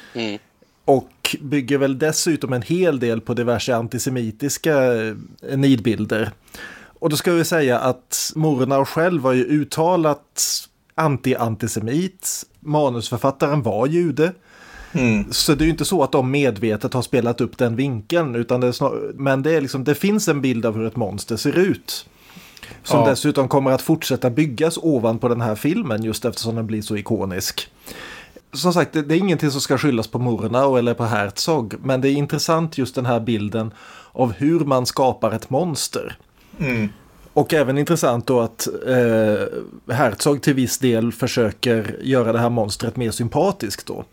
Och bygger väl dessutom en hel del på diverse antisemitiska nidbilder. Och då ska vi säga att Murnau själv var ju uttalat antisemit. Manusförfattaren var jude. Så det är ju inte så att de medvetet har spelat upp den vinkeln, utan men det är liksom, det finns en bild av hur ett monster ser ut. Som dessutom kommer att fortsätta byggas ovanpå den här filmen, just eftersom den blir så ikonisk. Som sagt, det är ingenting som ska skyllas på Murnau eller på Herzog, men det är intressant just den här bilden av hur man skapar ett monster. Och även intressant då att Herzog till viss del försöker göra det här monstret mer sympatiskt då.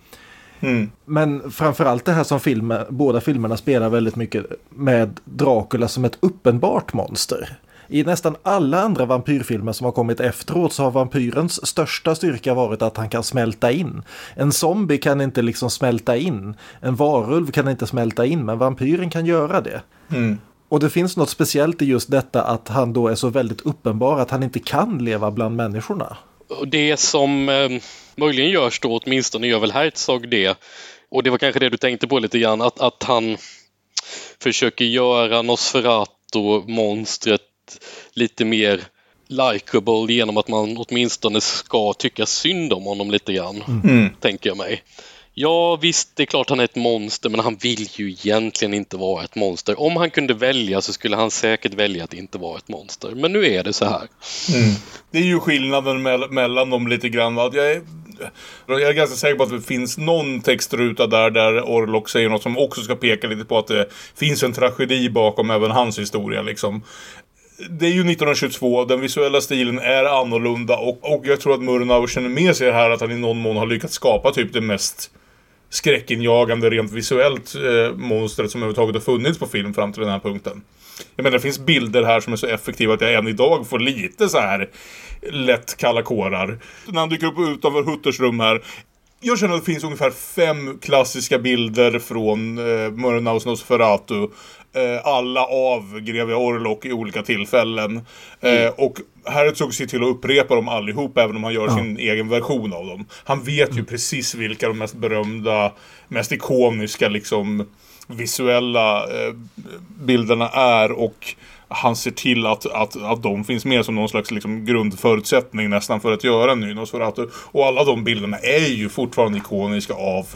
Men framförallt det här som båda filmerna spelar väldigt mycket med Dracula som ett uppenbart monster. I nästan alla andra vampyrfilmer som har kommit efteråt så har vampyrens största styrka varit att han kan smälta in. En zombie kan inte liksom smälta in. En varulv kan inte smälta in, men vampyren kan göra det. Och det finns något speciellt i just detta att han då är så väldigt uppenbar att han inte kan leva bland människorna. Och det som möjligen görs då, åtminstone gör väl Herzog det, och det var kanske det du tänkte på lite grann, att han försöker göra Nosferatu-monstret lite mer likeable genom att man åtminstone ska tycka synd om honom lite grann, tänker jag mig. Ja, visst, det är klart han är ett monster, men han vill ju egentligen inte vara ett monster. Om han kunde välja så skulle han säkert välja att inte vara ett monster. Men nu är det så här. Det är ju skillnaden mellan dem lite grann. Jag är ganska säker på att det finns någon textruta där Orlok säger något som också ska peka lite på att det finns en tragedi bakom även hans historia liksom. Det är ju 1922, den visuella stilen är annorlunda och jag tror att Murnau känner med sig här att han i någon mån har lyckats skapa typ det mest skräckinjagande rent visuellt monstret som överhuvudtaget har funnits på film fram till den här punkten. Jag menar, det finns bilder här som är så effektiva att jag än idag får lite så här lätt kalla kårar. När han dyker upp utanför Hutters rum här, jag känner att det finns ungefär 5 klassiska bilder från Murnaus Nosferatu. Alla av greve Orlok i olika tillfällen. Och Herzog ser till att upprepa dem allihop, även om han gör sin egen version av dem. Han vet ju precis vilka de mest berömda, mest ikoniska liksom, visuella bilderna är, och han ser till att de finns med som någon slags liksom grundförutsättning nästan för att göra en ny Nosferatu. Och alla de bilderna är ju fortfarande ikoniska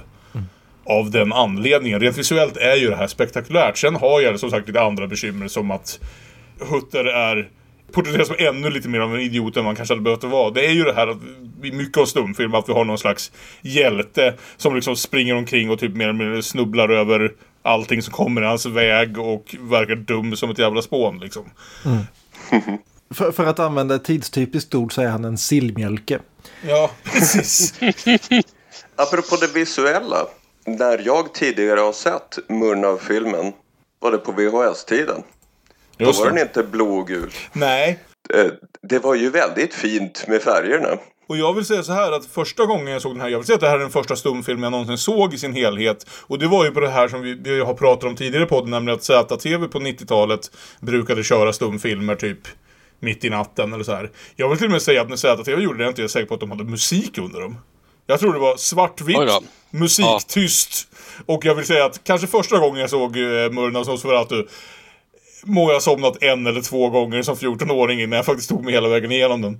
av den anledningen. Rent visuellt är ju det här spektakulärt. Sen har jag som sagt lite andra bekymmer, som att Hutter är porträtteras som ännu lite mer av en idiot än man kanske hade behövt vara. Det är ju det här att vi mycket av stumfilm att vi har någon slags hjälte som liksom springer omkring och typ mer eller mindre snubblar över allting som kommer i hans väg och verkar dum som ett jävla spån liksom. För att använda ett tidstypiskt ord så är han en sillmjölke. Ja, precis. Apropå det visuella, när jag tidigare har sett Murnau-filmen var det på VHS-tiden. Då var den inte blå och gul. Nej. Det var ju väldigt fint med färgerna. Och jag vill säga så här att första gången jag såg den här, jag vill säga att det här är den första stumfilm jag någonsin såg i sin helhet. Och det var ju på det här som vi har pratat om tidigare på, nämligen att ZTV på 90-talet brukade köra stumfilmer typ mitt i natten eller så här. Jag vill till och med säga att när ZTV gjorde det, är inte jag säker på att de hade musik under dem. Jag tror det var svartvitt, musik, tyst. Och jag vill säga att kanske första gången jag såg Murnaus Nosferatu må jag ha somnat 1 eller 2 gånger som 14-åring innan jag faktiskt tog mig hela vägen igenom den.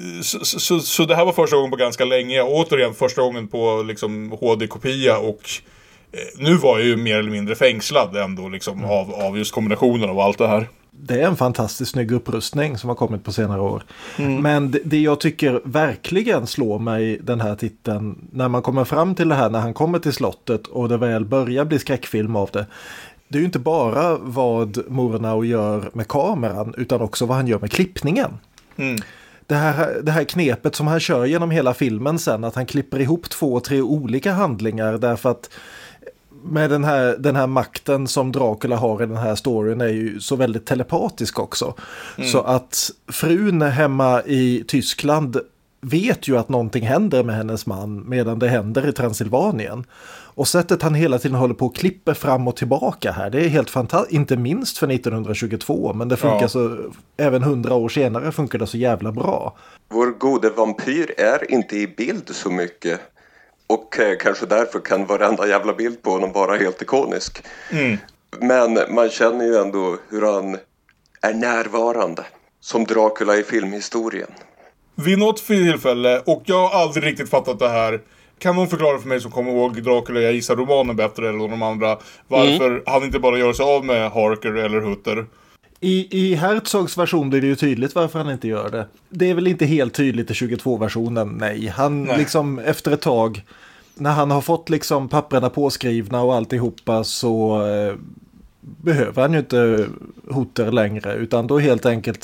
Så det här var första gången på ganska länge. Återigen första gången på liksom HD-kopia, och nu var jag ju mer eller mindre fängslad ändå liksom av just kombinationen av allt det här. Det är en fantastiskt snygg upprustning som har kommit på senare år. Men det jag tycker verkligen slår mig den här titeln, när man kommer fram till det här, när han kommer till slottet och det väl börjar bli skräckfilm av det. Det är ju inte bara vad Murnau gör med kameran, utan också vad han gör med klippningen. Det här knepet som han kör genom hela filmen sen, att han klipper ihop 2-3 olika handlingar, därför att med den här makten som Dracula har i den här storyn är ju så väldigt telepatisk också. Så att frun hemma i Tyskland vet ju att någonting händer med hennes man medan det händer i Transylvanien. Och sättet han hela tiden håller på och klipper fram och tillbaka här, det är helt fantastiskt. Inte minst för 1922, men det funkar så, även 100 år senare funkar det så jävla bra. Vår gode vampyr är inte i bild så mycket. Och kanske därför kan varenda jävla bild på honom vara helt ikonisk. Men man känner ju ändå hur han är närvarande som Dracula i filmhistorien. Vid något tillfälle, och jag har aldrig riktigt fattat det här, kan någon förklara för mig som kommer ihåg Dracula, jag gissar romanen bättre eller de andra, varför han inte bara gör sig av med Harker eller Hutter? I Herzogs version blir det ju tydligt varför han inte gör det. Det är väl inte helt tydligt i 22-versionen, nej. Han liksom efter ett tag, när han har fått liksom papperna påskrivna och alltihopa, så behöver han ju inte Hutter längre, utan då helt enkelt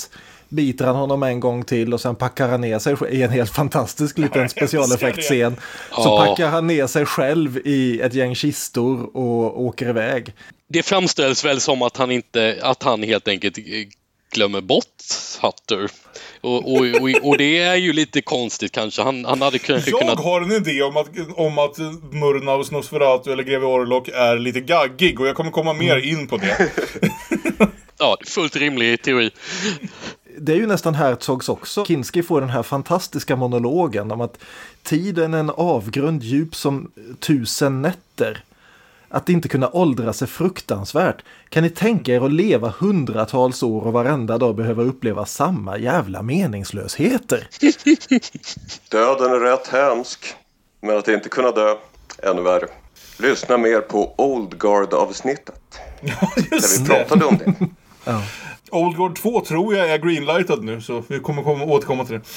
biter han honom en gång till och sen packar han ner sig i en helt fantastisk liten specialeffektscen. Så packar han ner sig själv i ett gäng kistor och åker iväg. Det framställs väl som att han helt enkelt glömmer bort Hutter. Och det är ju lite konstigt kanske. Han hade kanske kunnat... Jag har en idé om att Murnaus Nosferatu eller greve Orlok är lite gaggig, och jag kommer komma mer in på det. Ja, fullt rimlig teori. Det är ju nästan Herzogs också. Kinski får den här fantastiska monologen om att tiden är en avgrund djup som 1000 nätter. Att inte kunna åldras är fruktansvärt. Kan ni tänka er att leva hundratals år och varenda dag behöva uppleva samma jävla meningslösheter? Döden är rätt hemsk, men att inte kunna dö ännu värre. Lyssna mer på Old Guard-avsnittet. Där vi pratade om det. Ja. Old Guard 2 tror jag är greenlightad nu, så vi kommer återkomma till det.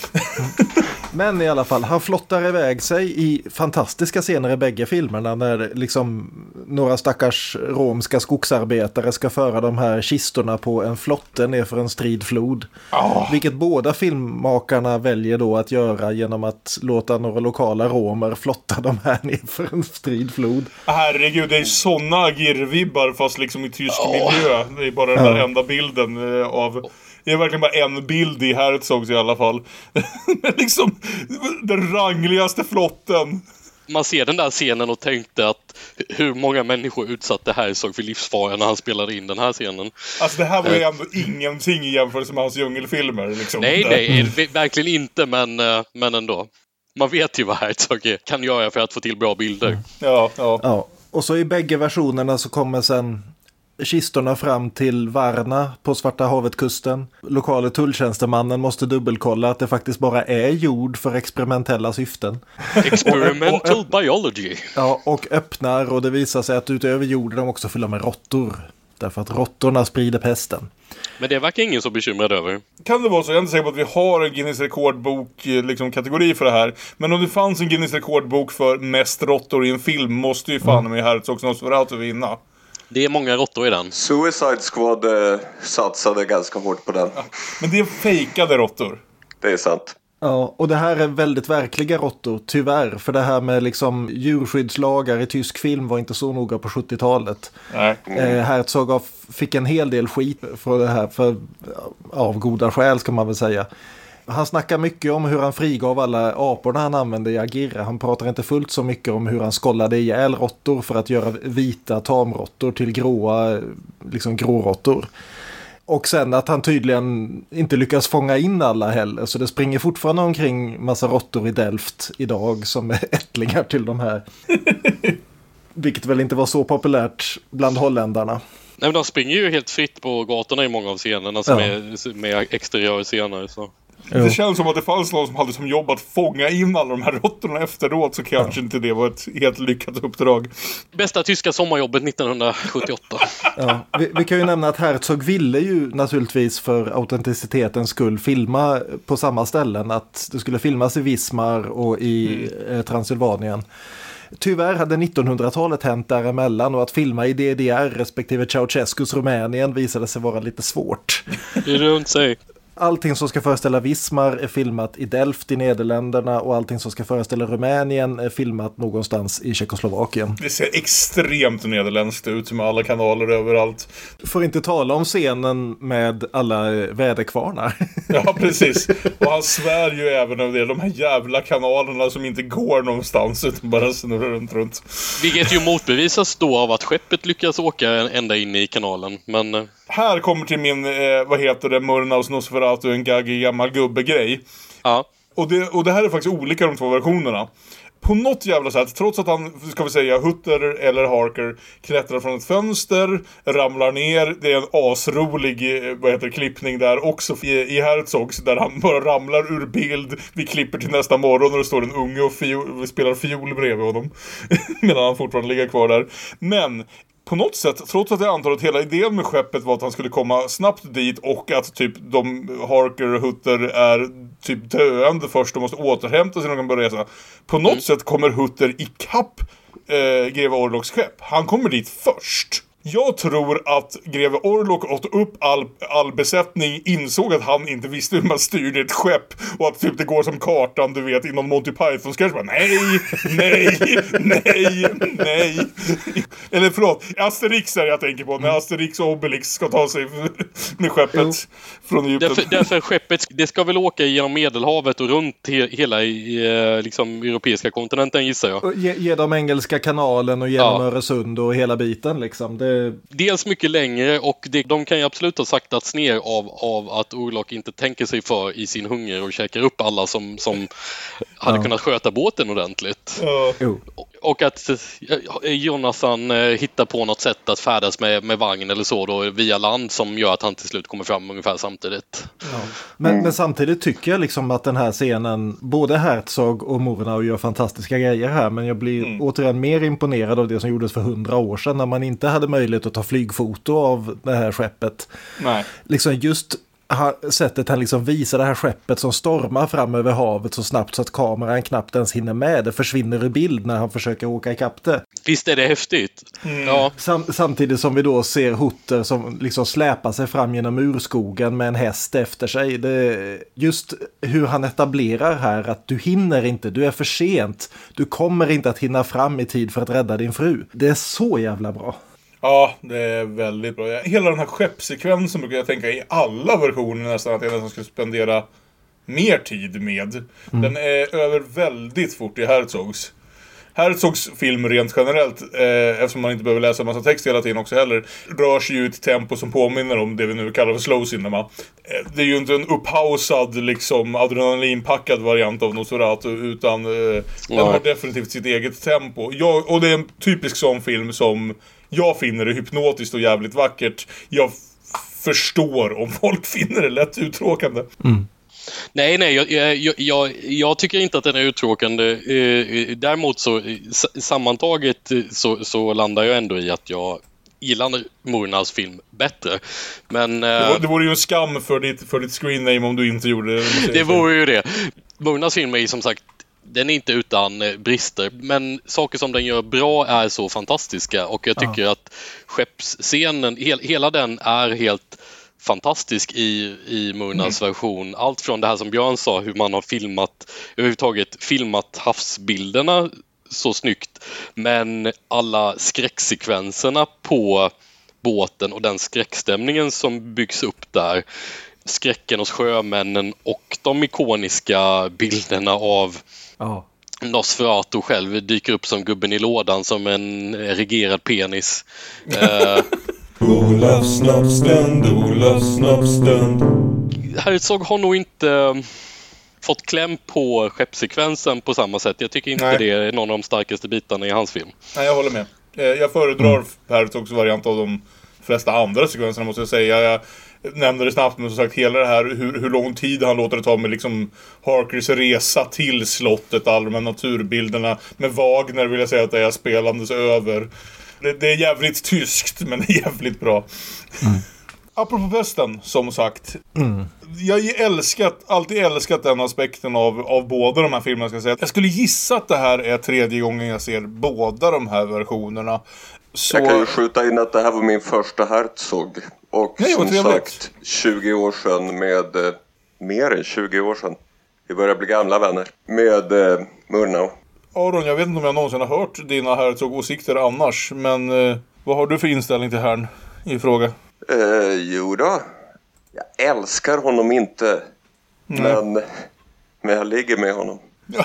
Men i alla fall, han flottar iväg sig i fantastiska scener i bägge filmerna när liksom några stackars romska skogsarbetare ska föra de här kistorna på en flotte ner för en stridflod. Vilket båda filmmakarna väljer då att göra genom att låta några lokala romer flotta de här ner för en stridflod. Herregud, det är såna girvibbar fast liksom i tysk miljö. Det är bara den där enda bilden av... Det är verkligen bara en bild i Herzogs i alla fall. Men liksom den rangligaste flotten. Man ser den där scenen och tänkte att hur många människor utsatte Herzog för livsfara när han spelade in den här scenen. Alltså det här var ju ändå ingenting i jämförelse med hans djungelfilmer. Liksom. Nej, verkligen inte, men ändå. Man vet ju vad Herzog kan göra för att få till bra bilder. Ja. Och så i bägge versionerna så kommer sen kistorna fram till Varna på Svarta havet-kusten. Lokala tulltjänstemannen måste dubbelkolla att det faktiskt bara är jord för experimentella syften. Experimental biology. Ja, och öppnar, och det visar sig att utöver jorden de också fyller med råttor. Därför att råttorna sprider pesten. Men det verkar ingen så bekymrad över. Kan det vara så? Jag är inte säker på att vi har en Guinness rekordbok liksom, kategori för det här. Men om det fanns en Guinness rekordbok för mest råttor i en film måste ju fan med Herzogs Nosferatu vinna. Det är många råttor i den. Suicide Squad satsade ganska hårt på den. Ja, men det är fejkade råttor. Det är sant. Ja, och det här är väldigt verkliga råttor, tyvärr. För det här med liksom djurskyddslagar i tysk film var inte så noga på 70-talet. Nej. Herzog fick en hel del skit för det här, av goda skäl ska man väl säga. Han snackar mycket om hur han frigav alla aporna han använde i Agira. Han pratar inte fullt så mycket om hur han skollade ihjäl råttor för att göra vita tamråttor till gråa, liksom gråråttor. Och sen att han tydligen inte lyckas fånga in alla heller. Så det springer fortfarande omkring massa råttor i Delft idag som är ättlingar till de här. Vilket väl inte var så populärt bland holländarna. Nej, men de springer ju helt fritt på gatorna i många av scenerna som är med exteriörscener. Så. Det känns som att det fanns någon som hade som jobb att fånga in alla de här råttorna efteråt, så kanske inte det var ett helt lyckat uppdrag. Bästa tyska sommarjobbet 1978. Ja, vi kan ju nämna att Herzog ville ju naturligtvis för autenticitetens skull filma på samma ställen. Att det skulle filmas i Wismar och i Transylvanien. Tyvärr hade 1900-talet hänt däremellan, och att filma i DDR respektive Ceausescus Rumänien visade sig vara lite svårt. Det runt sig. Allting som ska föreställa Wismar är filmat i Delft i Nederländerna, och allting som ska föreställa Rumänien är filmat någonstans i Tjeckoslovakien. Det ser extremt nederländskt ut med alla kanaler överallt. För inte tala om scenen med alla väderkvarnar. Ja, precis. Och han svär ju även av det. De här jävla kanalerna som inte går någonstans utan bara snurrar runt. Vilket ju motbevisas då av att skeppet lyckas åka ända in i kanalen. Men... Här kommer till min, Murnaus Nosferatu, en gaggig gammal gubbe-grej. Ja. Och det här är faktiskt olika de två versionerna. På något jävla sätt, trots att han, ska vi säga, Hutter eller Harker klättrar från ett fönster, ramlar ner. Det är en asrolig, klippning där också i Herzogs, där han bara ramlar ur bild. Vi klipper till nästa morgon och det står en unge och spelar fiol bredvid honom. Medan han fortfarande ligger kvar där. Men... på något sätt, trots att jag antar att hela idén med skeppet var att han skulle komma snabbt dit och att typ de Harker och Hutter är typ döende först och måste återhämta sig när de börjar resa. På något sätt kommer Hutter i kapp greve Orloks skepp. Han kommer dit först. Jag tror att greve Orlok åt upp all besättning, insåg att han inte visste hur man styrde ett skepp och att typ det går som kartan, du vet, inom Monty Python sketch. Nej. Eller förlåt, Asterix är jag tänker på, när Asterix och Obelix ska ta sig med skeppet från Egypten. Därför skeppet, det ska väl åka genom Medelhavet och runt hela liksom europeiska kontinenten, gissar jag. Ge dem Engelska kanalen och genom Öresund och hela biten liksom. Dels mycket längre, och de kan ju absolut ha saktats ner av att Orlok inte tänker sig för i sin hunger och käkar upp alla som hade kunnat sköta båten ordentligt. Och att Jonathan hittar på något sätt att färdas med vagn eller så då, via land, som gör att han till slut kommer fram ungefär samtidigt. Ja. Men samtidigt tycker jag liksom att den här scenen, både Herzog och Murnau gör fantastiska grejer här, men jag blir återigen mer imponerad av det som gjordes för 100 år sedan, när man inte hade möjlighet att ta flygfoto av det här skeppet. Nej. Liksom just sättet han liksom visar det här skeppet som stormar fram över havet så snabbt så att kameran knappt ens hinner med. Det försvinner i bild när han försöker åka ikapp det. Visst är det häftigt. Ja. Samtidigt som vi då ser Hutter som liksom släpar sig fram genom urskogen med en häst efter sig. Just hur han etablerar här att du hinner inte, du är för sent. Du kommer inte att hinna fram i tid för att rädda din fru. Det är så jävla bra. Ja, det är väldigt bra. Hela den här skeppsekvensen brukar jag tänka i alla versioner nästan att jag nästan skulle spendera mer tid med. Den är över väldigt fort i Herzogs film rent generellt, eftersom man inte behöver läsa en massa text hela tiden också heller, rör sig ju i ett tempo som påminner om det vi nu kallar för slow cinema. Det är ju inte en upphausad, liksom adrenalinpackad variant av Nosferatu, utan den har definitivt sitt eget tempo. Och det är en typisk sån film som jag finner det hypnotiskt och jävligt vackert. Jag förstår om folk finner det lätt uttråkande. Nej, jag tycker inte att den är uttråkande. Däremot så sammantaget så landar jag ändå i att jag gillar Murnaus film bättre. Men det vore ju en skam för ditt screen name om du inte gjorde det. Det vore ju det. Murnaus film är som sagt, den är inte utan brister, men saker som den gör bra är så fantastiska, och jag tycker att skeppsscenen, hela den är helt fantastisk i Murnaus version. Allt från det här som Björn sa, hur man har filmat havsbilderna så snyggt, men alla skräcksekvenserna på båten och den skräckstämningen som byggs upp där, skräcken hos sjömännen och de ikoniska bilderna av Nosferatu själv dyker upp som gubben i lådan som en erigerad penis. Olof Snoppstund. Herzog har nog inte fått kläm på skeppsekvensen på samma sätt. Jag tycker inte det är någon av de starkaste bitarna i hans film. Nej, jag håller med. Jag föredrar Herzogs variant av de flesta andra sekvenserna, måste jag säga. Jag nämnde det snabbt, men som sagt, hela det här hur lång tid han låter det ta med liksom Harkers resa till slottet, alla de här naturbilderna med Wagner, vill jag säga att det är spelandes över. Det är jävligt tyskt, men det är jävligt bra. Apropå pesten, som sagt. Jag har alltid älskat den aspekten av båda de här filmerna, ska jag säga. Jag skulle gissa att det här är 3:e gången jag ser båda de här versionerna. Så... Jag kan ju skjuta in att det här var min första Herzog. Och som sagt, 20 år sedan med... mer än 20 år sedan. Vi börjar bli gamla vänner. Med Murnau. Aron, jag vet inte om jag någonsin har hört dina Herzog-åsikter annars. Men vad har du för inställning till herrn i fråga? Jo då. Jag älskar honom inte. Men jag ligger med honom. Ja.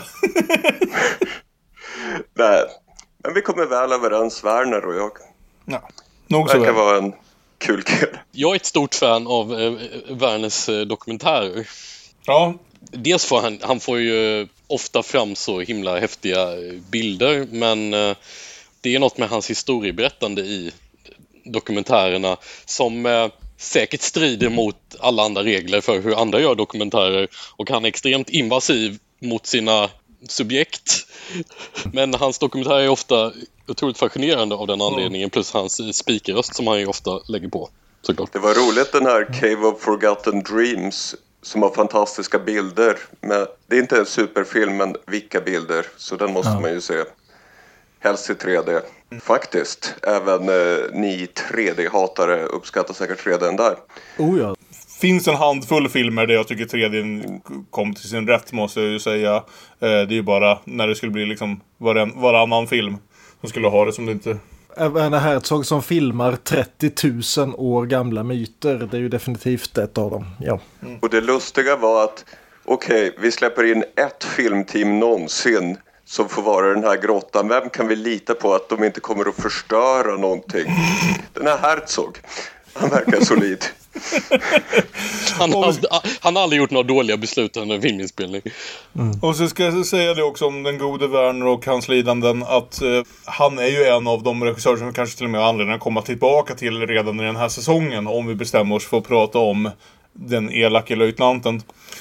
Nej. Men vi kommer väl överens, Werner och jag. Ja, nog så. Verkar vara en kul kille. Jag är ett stort fan av Werners dokumentärer. Ja. Dels får han får ju ofta fram så himla häftiga bilder, men det är något med hans historieberättande i dokumentärerna som säkert strider mot alla andra regler för hur andra gör dokumentärer, och han är extremt invasiv mot sina subjekt. Men hans dokumentärer är ofta otroligt fascinerande av den anledningen, plus hans speakerröst som han ju ofta lägger på, såklart. Det var roligt, den här Cave of Forgotten Dreams, som har fantastiska bilder. Men det är inte en superfilm, men vilka bilder, så den måste man ju se. Helst i 3D. Faktiskt. Även ni 3D-hatare uppskattar säkert 3D där. Oh ja. Finns en handfull filmer där jag tycker 3D kom till sin rätt, måste jag ju säga. Det är ju bara när det skulle bli liksom varannan film som skulle ha det som det inte... Werner Herzog som filmar 30 000 år gamla myter. Det är ju definitivt ett av dem. Ja. Och det lustiga var att vi släpper in ett filmteam någonsin som får vara den här grottan. Vem kan vi lita på att de inte kommer att förstöra någonting? Den här Herzog, han verkar solid. Han har aldrig gjort några dåliga beslut under en filminspelning. Och så ska jag säga det också om den gode Werner och hans lidanden, att han är ju en av de regissörer som kanske till och med har anledning att komma tillbaka till redan i den här säsongen, om vi bestämmer oss för att prata om den elake löjtnanten.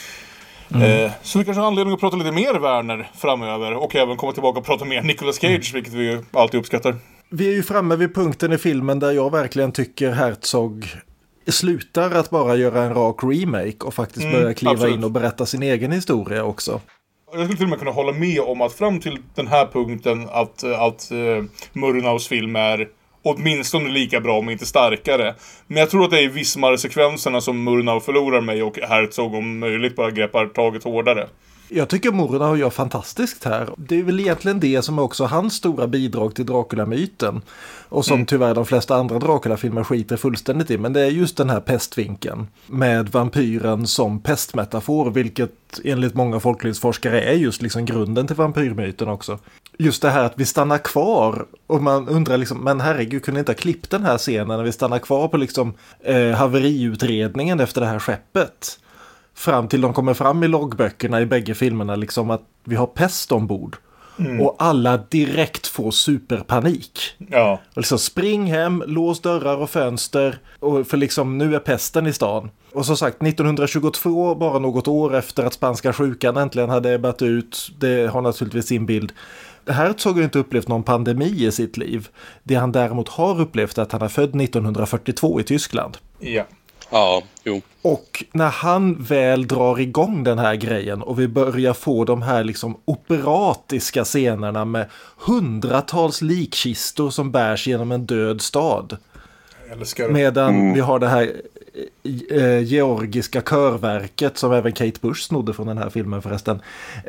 Så vi kanske har anledning att prata lite mer Werner framöver, och även komma tillbaka och prata mer Nicolas Cage, vilket vi alltid uppskattar. Vi är ju framme vid punkten i filmen där jag verkligen tycker Herzog slutar att bara göra en rak remake och faktiskt börja kliva in och berätta sin egen historia också. Jag skulle till och med kunna hålla med om att fram till den här punkten att Murnaus film är åtminstone lika bra, om inte starkare. Men jag tror att det är i Wismar-sekvenserna som Murnau förlorar mig och Herzog om möjligt bara greppar taget hårdare. Jag tycker Murnau gör fantastiskt här. Det är väl egentligen det som är också hans stora bidrag till Dracula-myten. Och som tyvärr de flesta andra Dracula-filmer skiter fullständigt i. Men det är just den här pestvinkeln med vampyren som pestmetafor. Vilket enligt många folklivsforskare är just liksom grunden till vampyrmyten också. Just det här att vi stannar kvar och man undrar liksom, men herregud, kunde inte ha klippt den här scenen när vi stannar kvar på liksom haveriutredningen efter det här skeppet. Fram till de kommer fram i loggböckerna i bägge filmerna liksom att vi har pest ombord. Och alla direkt får superpanik. Ja. Och liksom spring hem, lås dörrar och fönster. Och för liksom nu är pesten i stan. Och som sagt 1922, bara något år efter att spanska sjukan äntligen hade ebbat ut. Det har naturligtvis sin bild. Herzog har inte upplevt någon pandemi i sitt liv. Det han däremot har upplevt är att han är född 1942 i Tyskland. Ja. Ja, jo. Och när han väl drar igång den här grejen och vi börjar få de här liksom operatiska scenerna med hundratals likkistor som bärs genom en död stad. Medan vi har det här georgiska körverket som även Kate Bush snodde från den här filmen förresten.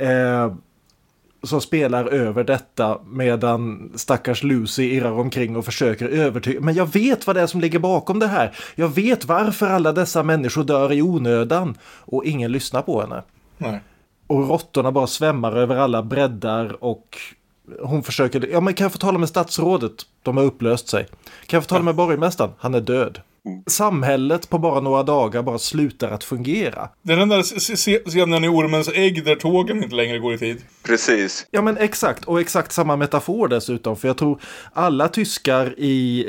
Som spelar över detta medan stackars Lucy irrar omkring och försöker övertyga. Men jag vet vad det är som ligger bakom det här. Jag vet varför alla dessa människor dör i onödan. Och ingen lyssnar på henne. Nej. Och råttorna bara svämmar över alla breddar och hon försöker... Ja, men kan jag få tala med statsrådet? De har upplöst sig. Kan jag få tala med borgmästaren? Han är död. Samhället på bara några dagar bara slutar att fungera. Det är den där scenen i Ormens ägg där tågen inte längre går i tid. Precis. Ja men exakt, och exakt samma metafor dessutom. För jag tror alla tyskar i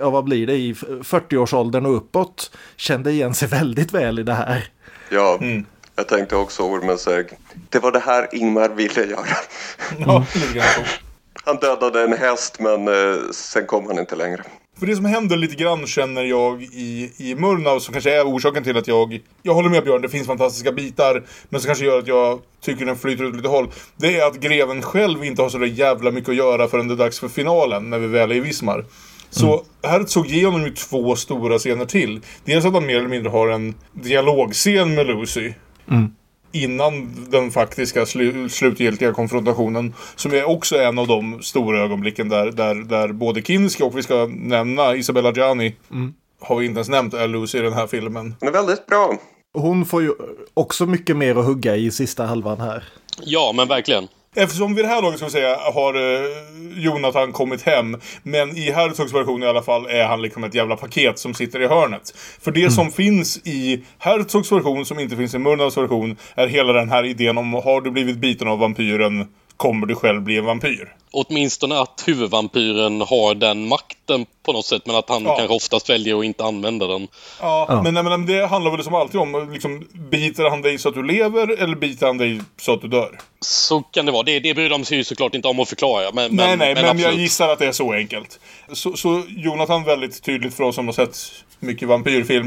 40-årsåldern och uppåt kände igen sig väldigt väl i det här. Ja, jag tänkte också Ormens ägg. Det var det här Ingmar ville göra. Ja, lite grann så. Han dödade en häst men sen kom han inte längre. För det som händer lite grann känner jag i Murnau, som kanske är orsaken till att jag håller med Björn, det finns fantastiska bitar, men som kanske gör att jag tycker den flyter ut lite håll. Det är att greven själv inte har så där jävla mycket att göra förrän det är dags för finalen, när vi väl är i Wismar. Så Herzog ger honom ju 2 stora scener till. Dels att han mer eller mindre har en dialogscen med Lucy. Innan den faktiska slutgiltiga konfrontationen, som är också en av de stora ögonblicken där både Kinski och vi ska nämna Isabella Gianni har vi inte ens nämnt är Lucy i den här filmen. Den är väldigt bra. Hon får ju också mycket mer att hugga i sista halvan här. Ja, men verkligen. Eftersom vid det här laget ska vi säga har Jonathan kommit hem, men i Herzogs version i alla fall är han liksom ett jävla paket som sitter i hörnet. För det som finns i Herzogs version som inte finns i Murnaus version är hela den här idén om har du blivit biten av vampyren kommer du själv bli en vampyr. Åtminstone att huvudvampyren har den makten på något sätt, men att han kanske oftast väljer att inte använda den. Ja. Men det handlar väl som alltid om liksom, biter han dig så att du lever eller biter han dig så att du dör? Så kan det vara. Det bryr de sig ju såklart inte om att förklara. Men jag gissar att det är så enkelt. Så Jonathan väldigt tydligt för oss som har sett mycket vampyrfilm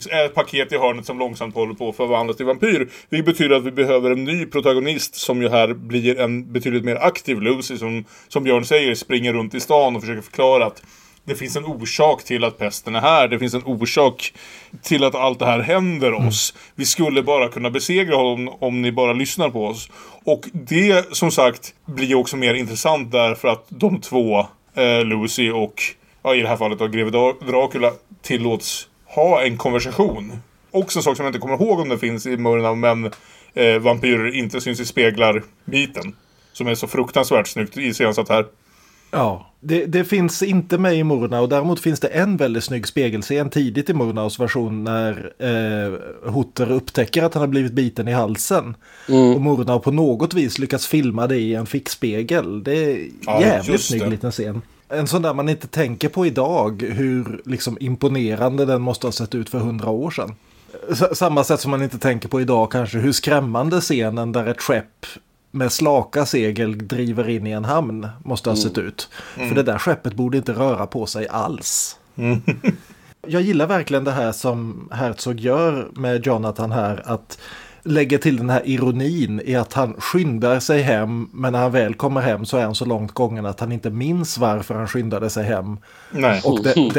är ett paket i hörnet som långsamt håller på att förvandlas till vampyr. Vilket betyder att vi behöver en ny protagonist som ju här blir en betydligt mer aktiv Lucy som Björn säger springer runt i stan och försöker förklara att det finns en orsak till att pesten är här. Det finns en orsak till att allt det här händer oss. Vi skulle bara kunna besegra honom om ni bara lyssnar på oss. Och det som sagt blir också mer intressant därför att de två, Lucy och i det här fallet då, greve Dracula, tillåts ha en konversation. Också en sak som jag inte kommer ihåg om det finns i Murnau, men vampyrer inte syns i speglar-biten. Som är så fruktansvärt snyggt iscensatt här. Ja, det finns inte med i Murnau. Däremot finns det en väldigt snygg spegelscen tidigt i Murnaus version när Hutter upptäcker att han har blivit biten i halsen. Och Murnau på något vis lyckas filma det i en fixspegel. Det är jävligt snygg liten scen. En sån där man inte tänker på idag, hur liksom imponerande den måste ha sett ut för 100 år sedan. Samma sätt som man inte tänker på idag kanske hur skrämmande scenen där ett skepp med slaka segel driver in i en hamn måste ha sett ut. För det där skeppet borde inte röra på sig alls. Jag gillar verkligen det här som Herzog gör med Jonathan här, att lägga till den här ironin i att han skyndar sig hem, men när han väl kommer hem så är han så långt gången att han inte minns varför han skyndade sig hem. Nej. Och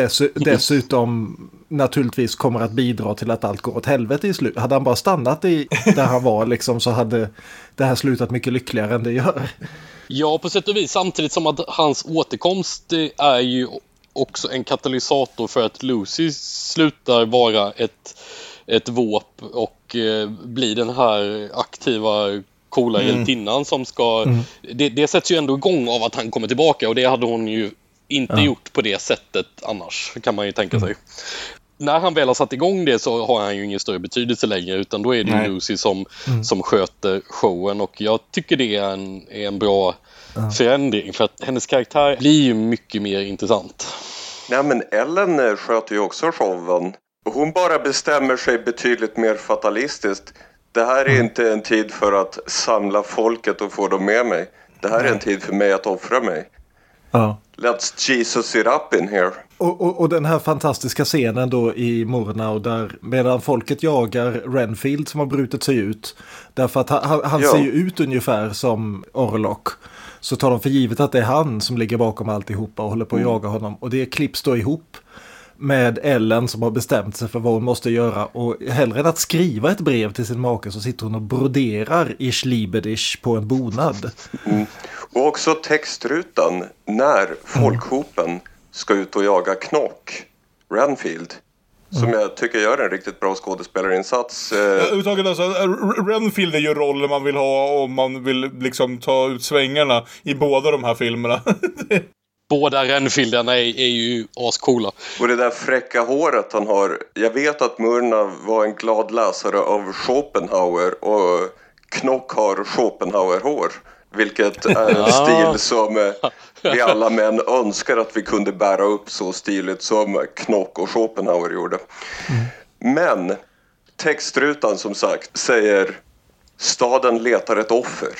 dessutom naturligtvis kommer att bidra till att allt går åt helvete i slut. Hade han bara stannat där han var liksom, så hade det här slutat mycket lyckligare än det gör. Ja, på sätt och vis. Samtidigt som att hans återkomst är ju också en katalysator för att Lucy slutar vara ett våp och blir den här aktiva, coola hjältinnan som ska... Det sätts ju ändå igång av att han kommer tillbaka, och det hade hon ju inte gjort på det sättet annars, kan man ju tänka sig. När han väl har satt igång det så har han ju ingen större betydelse längre, utan då är det ju Lucy som sköter showen, och jag tycker det är en bra förändring, för att hennes karaktär blir ju mycket mer intressant. Nej, men Ellen sköter ju också showen. Hon bara bestämmer sig betydligt mer fatalistiskt. Det här är inte en tid för att samla folket och få dem med mig. Det här är en tid för mig att offra mig. Let's Jesus it up in here. Och den här fantastiska scenen då i Murnau där medan folket jagar Renfield som har brutit sig ut. Därför att han ser ju ut ungefär som Orlok. Så tar de för givet att det är han som ligger bakom alltihopa och håller på att jaga honom. Och det klipps då ihop med Ellen som har bestämt sig för vad hon måste göra, och hellre än att skriva ett brev till sin make så sitter hon och broderar i Schliebedisch på en bonad. Och också textrutan när folkhopen ska ut och jaga Knock, Renfield, som jag tycker gör en riktigt bra skådespelarinsats. Alltså, Renfield är ju rollen man vill ha om man vill liksom ta ut svängarna i båda de här filmerna. Båda Renfielderna är ju ascoola. Och det där fräcka håret han har. Jag vet att Murnau var en glad läsare av Schopenhauer, och Knock har Schopenhauer-hår. Vilket är en stil som vi alla män önskar att vi kunde bära upp så stiligt som Knock och Schopenhauer gjorde. Men textrutan som sagt säger: staden letar ett offer.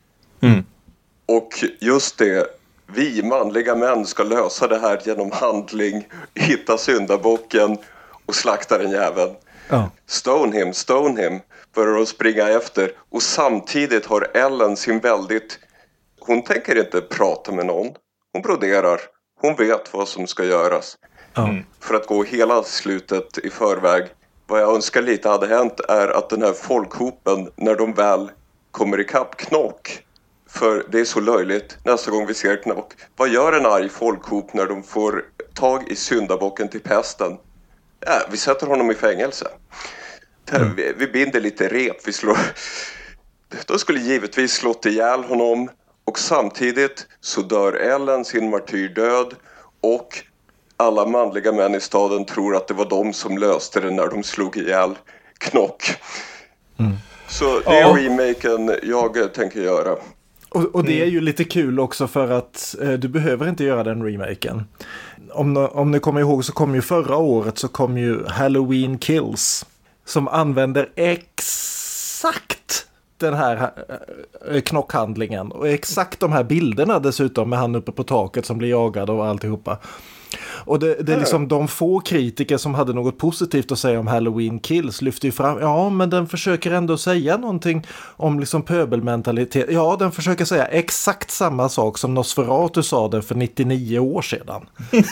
Och just det, vi manliga män ska lösa det här genom handling, hitta syndabocken och slakta den jäveln. Stone him, börjar att springa efter. Och samtidigt har Ellen sin väldigt... Hon tänker inte prata med någon. Hon broderar. Hon vet vad som ska göras. För att gå hela slutet i förväg. Vad jag önskar lite hade hänt är att den här folkhopen, när de väl kommer ikapp Knock... För det är så löjligt nästa gång vi ser Knock. Vad gör en arg folkhop när de får tag i syndabocken till pesten? Vi sätter honom i fängelse. Vi binder lite rep. De skulle givetvis slått ihjäl honom. Och samtidigt så dör Ellen sin martyrdöd. Och alla manliga män i staden tror att det var de som löste det när de slog ihjäl Knock. Så det är remaken jag tänker göra. Och det är ju lite kul också för att du behöver inte göra den remaken. Om ni kommer ihåg så kom ju förra året så kom ju Halloween Kills som använder exakt den här knockhandlingen och exakt de här bilderna dessutom med han uppe på taket som blir jagad och alltihopa. Och det är liksom de få kritiker som hade något positivt att säga om Halloween Kills lyfter ju fram, ja men den försöker ändå säga någonting om liksom pöbelmentalitet. Ja, den försöker säga exakt samma sak som Nosferatu sa det för 99 år sedan.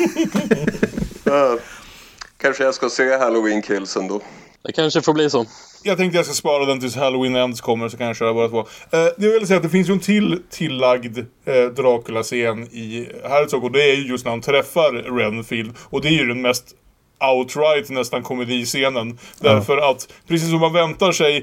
Kanske jag ska se Halloween Kills ändå. Det kanske får bli så. Jag tänkte jag ska spara den tills Halloween Ends kommer, så kan jag köra bara två. Jag vill säga att det finns ju en tillagd Dracula-scen i Herzog, och det är ju just när han träffar Renfield. Och det är ju den mest outright nästan komediscenen. Därför att, precis som man väntar sig,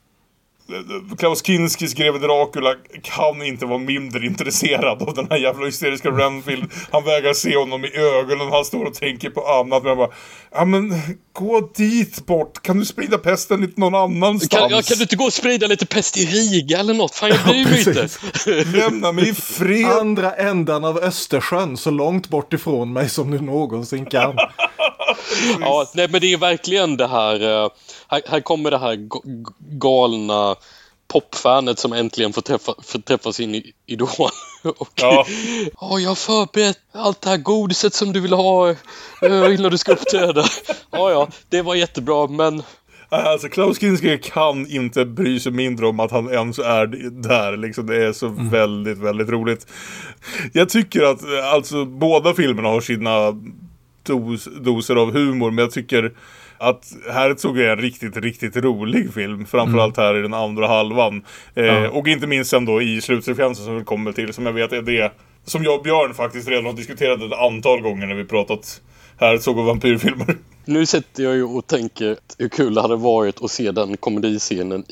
Klaus Kinskis greve Dracula kan inte vara mindre intresserad av den här jävla hysteriska Renfield. Han vägrar se honom i ögonen. Han står och tänker på annat. Men jag bara, ja men gå dit bort. Kan du sprida pesten lite någon annanstans? Kan du inte gå och sprida lite pest i Riga eller något? Fan, jag bryr mig inte. Lämna mig i fred. Andra ändan av Östersjön, så långt bort ifrån mig som du någonsin kan. Ja, nej, men det är verkligen det här. Här kommer det här galna popfanet som äntligen får träffa sin idol. Och jag har förberett allt det här godiset som du vill ha innan du ska uppträda. Ja, det var jättebra, men... Alltså Klaus Kinski kan inte bry sig mindre om att han ens är där. Liksom, det är så väldigt, väldigt roligt. Jag tycker att alltså, båda filmerna har sina doser av humor, men jag tycker att Herzog är en riktigt, riktigt rolig film. Framförallt här i den andra halvan. Och inte minst sen då i slutsekvensen som vi kommer till, som jag vet är det som jag och Björn faktiskt redan har diskuterat ett antal gånger när vi pratat Herzog och vampyrfilmer. Nu sätter jag ju och tänker hur kul det hade varit att se den komediscenen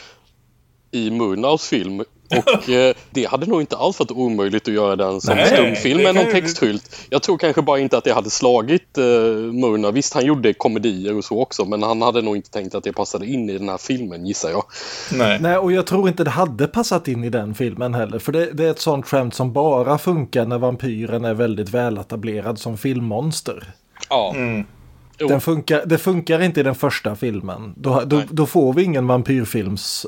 i Murnaus film. Och det hade nog inte alls varit omöjligt att göra den som stumfilm med någon textskylt. Jag tror kanske bara inte att det hade slagit Murna. Visst, han gjorde komedier och så också, men han hade nog inte tänkt att det passade in i den här filmen, gissar jag. Nej, och jag tror inte det hade passat in i den filmen heller. För det är ett sånt skämt som bara funkar när vampyren är väldigt väletablerad som filmmonster. Ja. Det funkar inte i den första filmen. Då får vi ingen vampyrfilms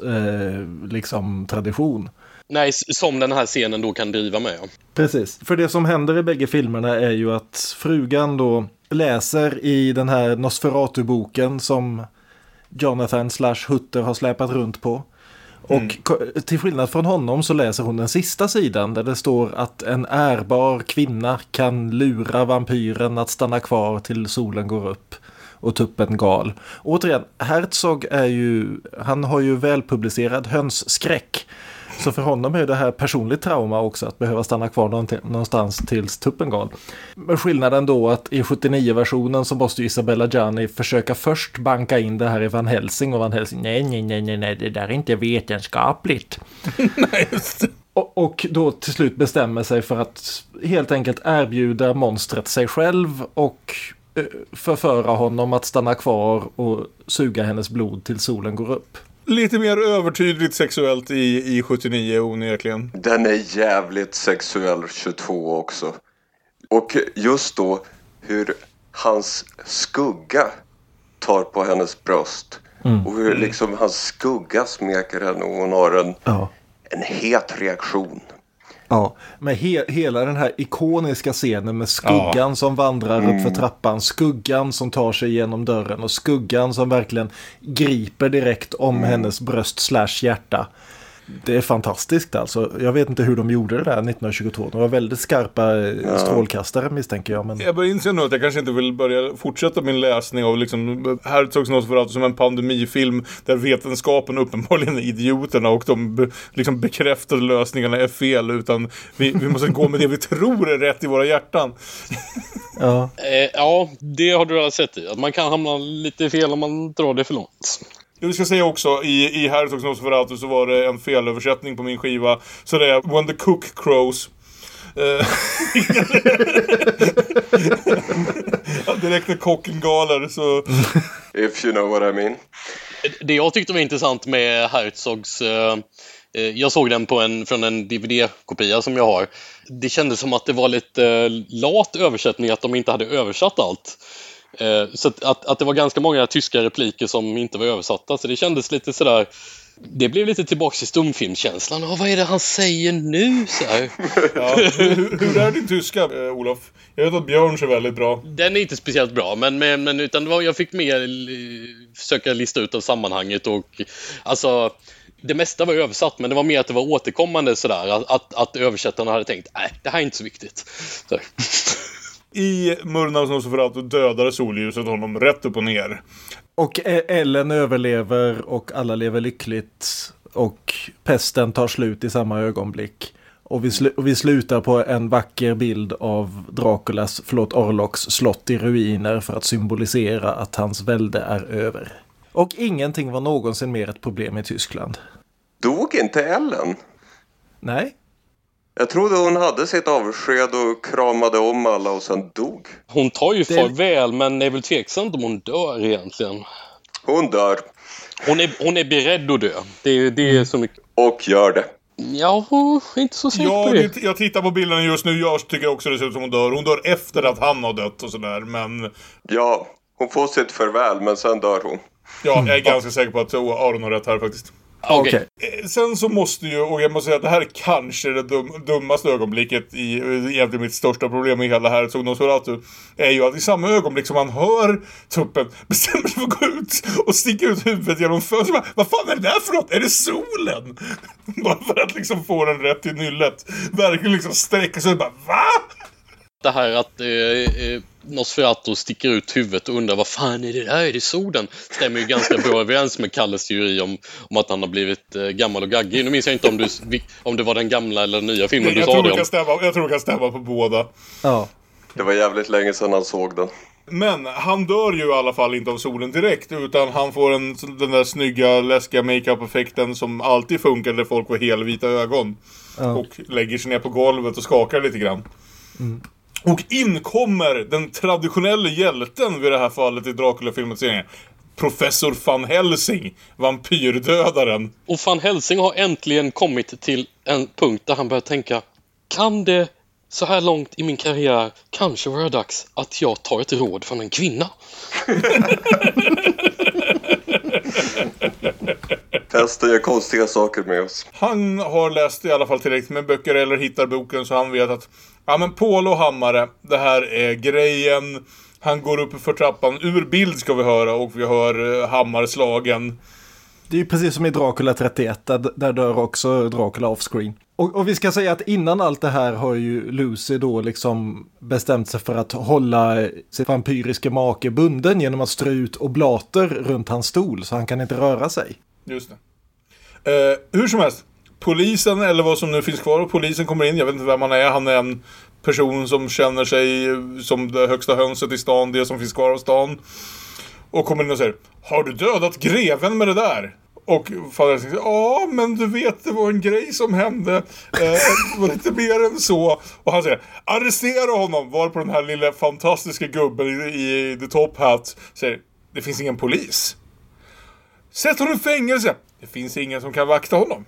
liksom tradition. Nej, som den här scenen då kan driva med. Precis. För det som händer i bägge filmerna är ju att frugan då läser i den här Nosferatu-boken som Jonathan / Hutter har släpat runt på. Och till skillnad från honom så läser hon den sista sidan där det står att en ärbar kvinna kan lura vampyren att stanna kvar till solen går upp och tuppen gal. Återigen, Herzog han har ju välpublicerad hönsskräck. Så för honom är det här personligt trauma också att behöva stanna kvar någonstans tills tuppen gal. Men skillnaden då att i 79-versionen så måste Isabella Gianni försöka först banka in det här i Van Helsing och Van Helsing, nej, det där är inte vetenskapligt. Nej, just det. Och då till slut bestämmer sig för att helt enkelt erbjuda monstret sig själv och förföra honom att stanna kvar och suga hennes blod till solen går upp. Lite mer övertydligt sexuellt i 79 onekligen. Den är jävligt sexuell 22 också. Och just då hur hans skugga tar på hennes bröst. Och hur liksom hans skugga smeker henne och hon har en het reaktion. Ja, med hela den här ikoniska scenen med skuggan som vandrar upp för trappan, skuggan som tar sig genom dörren och skuggan som verkligen griper direkt om hennes bröst / hjärta. Det är fantastiskt alltså. Jag vet inte hur de gjorde det där 1922. De var väldigt skarpa strålkastare misstänker jag. Men... Jag börjar inse nu att jag kanske inte vill börja fortsätta min läsning av liksom Herzogs Nosferatu som en pandemifilm där vetenskapen uppenbarligen är idioterna och de liksom bekräftade lösningarna är fel, utan vi måste gå med det vi tror är rätt i våra hjärtan. Ja. Ja, det har du redan sett i. Att man kan hamna lite fel om man drar det för långt. Jag ska säga också, i Herzogs Nosferatu så var det en felöversättning på min skiva. Så det är When the Cook Crows. Direkt när kocken galer så... If you know what I mean. Det jag tyckte var intressant med Herzogs... jag såg den från en DVD-kopia som jag har. Det kändes som att det var lite lat översättning, att de inte hade översatt allt. Så att det var ganska många tyska repliker som inte var översatta, så det kändes lite sådär. Det blev lite tillbaka till stumfilmkänslan. Vad är det han säger nu? Så här. Ja, hur är din tyska, Olof? Jag vet att Björn är väldigt bra. Den är inte speciellt bra, men utan det var, jag fick mer försöka lista ut av sammanhanget, och alltså det mesta var översatt, men det var mer att det var återkommande sådär, att översättarna hade tänkt, nej, det här är inte så viktigt. Så. I Murna som för att dödade solljuset honom rätt upp och ner. Och Ellen överlever och alla lever lyckligt och pesten tar slut i samma ögonblick. Och vi slutar på en vacker bild av Orloks slott i ruiner för att symbolisera att hans välde är över. Och ingenting var någonsin mer ett problem i Tyskland. Dog inte Ellen? Nej. Jag trodde hon hade sitt avsked och kramade om alla och sen dog. Hon tar ju farväl, men är väl tveksamt om hon dör egentligen. Hon dör. Hon är beredd att dö. Det är så mycket. Och gör det. Ja, hon är inte så säker på det. Jag tittar på bilderna just nu. Jag tycker också det ser ut som hon dör. Hon dör efter att han har dött och sådär, men... Ja, hon får sitt farväl, men sen dör hon. Ja, jag är ganska säker på att Aron har rätt här faktiskt. Okay. Sen så måste ju, och jag måste säga att det här kanske är det dummaste ögonblicket i egentligen mitt största problem i hela här Nosferatu, är ju att i samma ögonblick som man hör tuppen bestämmer sig för att gå ut och sticka ut huvudet genom fönstret. Vad fan är det där för något? Är det solen? Bara för att liksom få den rätt i nyllet. Verkligen liksom sträcka sig och bara, va? Det här att Nosferatu sticker ut huvudet och undrar vad fan är det där? Är det solen? Stämmer ju ganska bra överens med Kalles teori om att han har blivit gammal och gaggig. Nu minns jag inte om det var den gamla eller den nya filmen du sa det om. Jag tror det kan stämma på båda. Ja. Det var jävligt länge sedan han såg den. Men han dör ju i alla fall inte av solen direkt, utan han får den där snygga, läskiga make-up-effekten som alltid funkar när folk får helvita ögon. Ja. Och lägger sig ner på golvet och skakar lite grann. Mm. Och inkommer den traditionella hjälten vid det här fallet i Dracula-filmens serie. Professor Van Helsing, vampyrdödaren. Och Van Helsing har äntligen kommit till en punkt där han börjar tänka, kan det så här långt i min karriär kanske vara dags att jag tar ett råd från en kvinna? Pesten gör konstiga saker med oss. Han har läst i alla fall tillräckligt med böcker eller hittar boken, så han vet att ja, men Paul och hammare, det här är grejen. Han går upp för trappan, ur bild ska vi höra, och vi hör hammarslagen. Det är ju precis som i Dracula 31, där dör också Dracula offscreen. Och vi ska säga att innan allt det här har ju Lucy då liksom bestämt sig för att hålla sitt vampyriska make bunden genom att strö ut oblater runt hans stol så han kan inte röra sig. Just det. Hur som helst, polisen eller vad som nu finns kvar och polisen kommer in, jag vet inte vem han är. Han är en person som känner sig som det högsta hönset i stan, det som finns kvar av stan. Och kommer in och säger, har du dödat greven med det där? Och fader säger, ja men du vet det var en grej som hände. Det var lite mer än så. Och han säger, arrestera honom. Var på den här lilla fantastiska gubben i The Top Hat säger, det finns ingen polis. Sätt honom i fängelse. Det finns ingen som kan vakta honom.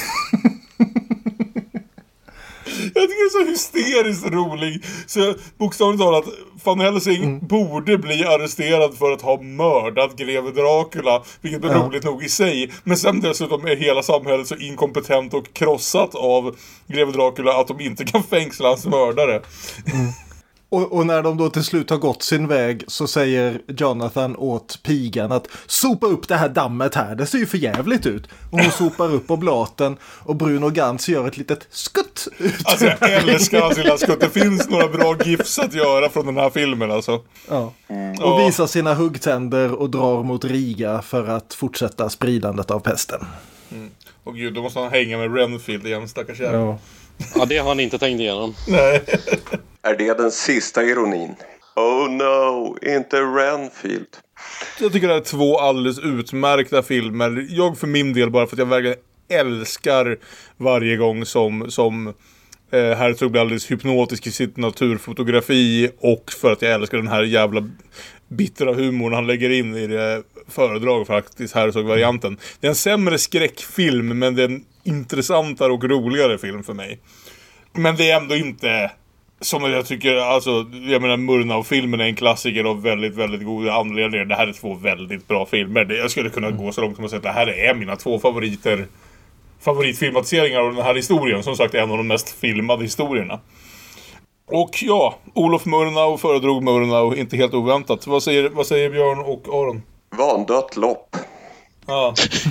Jag tycker det är så hysteriskt rolig. Så bokstavligt talat, Van Helsing borde bli arresterad för att ha mördat greve Dracula. Vilket är roligt nog i sig. Men sen dessutom är hela samhället så inkompetent och krossat av greve Dracula att de inte kan fängsla hans mördare. Och när de då till slut har gått sin väg så säger Jonathan åt pigan att sopa upp det här dammet här, det ser ju för jävligt ut. Och hon sopar upp oblaten och Bruno Gantz gör ett litet skutt ut. Alltså jag älskar hans lilla skutt. Det finns några bra gifs att göra från den här filmen alltså. Ja. Och visar sina huggtänder och drar mot Riga för att fortsätta spridandet av pesten. Och gud, då måste han hänga med Renfield igen, stackars jävla. Ja, det har han inte tänkt igenom. Nej. Är det den sista ironin? Oh no, inte Renfield. Jag tycker det är två alldeles utmärkta filmer. Jag för min del, bara för att jag verkligen älskar varje gång som Herzog blir alldeles hypnotisk i sitt naturfotografi, och för att jag älskar den här jävla bittra humorn han lägger in i det föredrag faktiskt, Herzog-varianten. Det är en sämre skräckfilm, men det är en intressantare och roligare film för mig. Men det är ändå inte Som jag tycker, alltså, jag menar Murnau-filmen är en klassiker av väldigt, väldigt goda anledningar. Det här är 2 väldigt bra filmer. Jag skulle kunna gå så långt som att säga att det här är mina 2 favoritfilmatiseringar av den här historien. Som sagt, en av de mest filmade historierna. Och ja, Olof Murnau föredrog Murnau, inte helt oväntat. Vad säger Björn och Aron? Vandött lopp. Ja.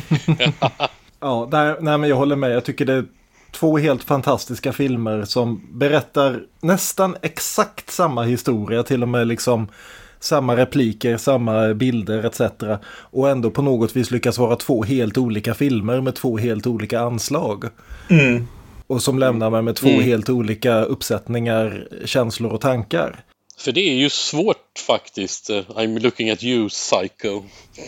Ja, nej, men jag håller med. Jag tycker det är 2 helt fantastiska filmer som berättar nästan exakt samma historia, till och med liksom samma repliker, samma bilder etc. Och ändå på något vis lyckas vara 2 helt olika filmer med 2 helt olika anslag. Mm. Och som lämnar mig med 2 helt olika uppsättningar, känslor och tankar. För det är ju svårt faktiskt. I'm looking at you, psycho.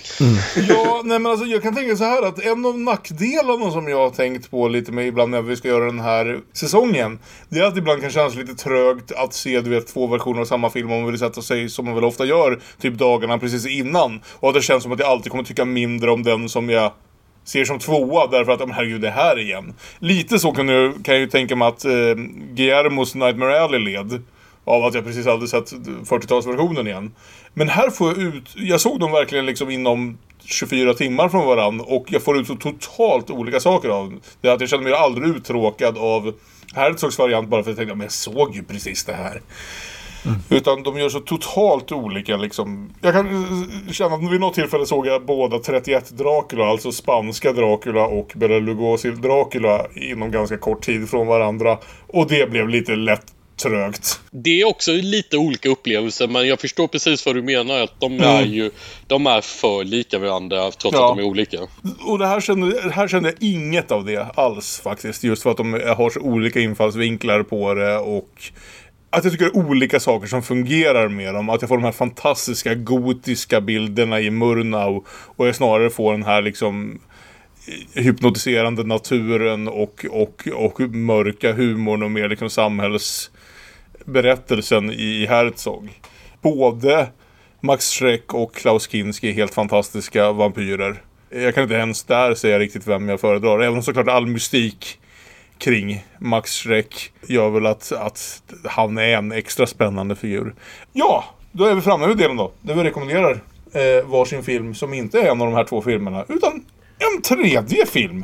Ja, nej, men alltså, jag kan tänka så här att en av nackdelarna som jag har tänkt på lite med ibland när vi ska göra den här säsongen, det är att det ibland kan kännas lite trögt att se, du vet, 2 versioner av samma film om man vill sätta sig, som man väl ofta gör, typ dagarna precis innan. Och att det känns som att jag alltid kommer tycka mindre om den som jag ser som 2 därför att, herregud, det här igen. Lite så kan jag ju tänka mig att Guillermos Nightmare Alley led av att jag precis hade sett 40-talsversionen igen. Men här får jag såg dem verkligen liksom inom 24 timmar från varann, och jag får ut så totalt olika saker av det. Att jag känner mig aldrig uttråkad av Herzogs variant bara för att jag tänkte, men jag såg ju precis det här. Utan de gör så totalt olika liksom. Jag kan känna att vid något tillfälle såg jag båda 31 Dracula, alltså spanska Dracula och Bela Lugosi Dracula, inom ganska kort tid från varandra. Och det blev lite lätt trögt. Det är också lite olika upplevelser, men jag förstår precis vad du menar, att de är för lika varandra trots att de är olika. Och det här kände jag inget av det alls faktiskt, just för att de har så olika infallsvinklar på det, och att jag tycker det är olika saker som fungerar med dem. Att jag får de här fantastiska gotiska bilderna i Murnau, och jag snarare får den här liksom hypnotiserande naturen och mörka humorn och mer liksom samhällsberättelsen i Herzog. Både Max Schreck och Klaus Kinski är helt fantastiska vampyrer. Jag kan inte ens där säga riktigt vem jag föredrar, även om såklart all mystik kring Max Schreck gör väl att han är en extra spännande figur. Ja, då är vi framme vid delen då. Där vi rekommenderar varsin film som inte är en av de här 2 filmerna, utan en tredje film.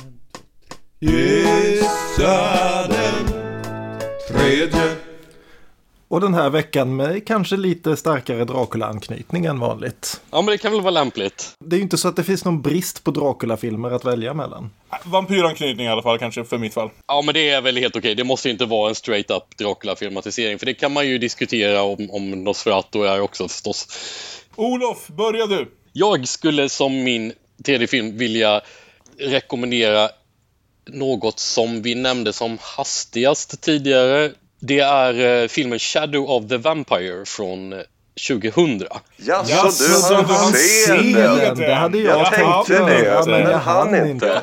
Gissa den tredje. Och den här veckan med kanske lite starkare Dracula-anknytning än vanligt. Ja, men det kan väl vara lämpligt. Det är ju inte så att det finns någon brist på Dracula-filmer att välja mellan. Vampyranknytning i alla fall, kanske för mitt fall. Ja, men det är väl helt okej. Det måste inte vara en straight-up Dracula-filmatisering. För det kan man ju diskutera om Nosferatu är också förstås. Olof, börja du! Jag skulle som min tredje film vilja rekommendera något som vi nämnde som hastigast tidigare. Det är filmen Shadow of the Vampire från 2000. Jaså, du hann se den? Det hade jag tänkte det, men jag hann inte.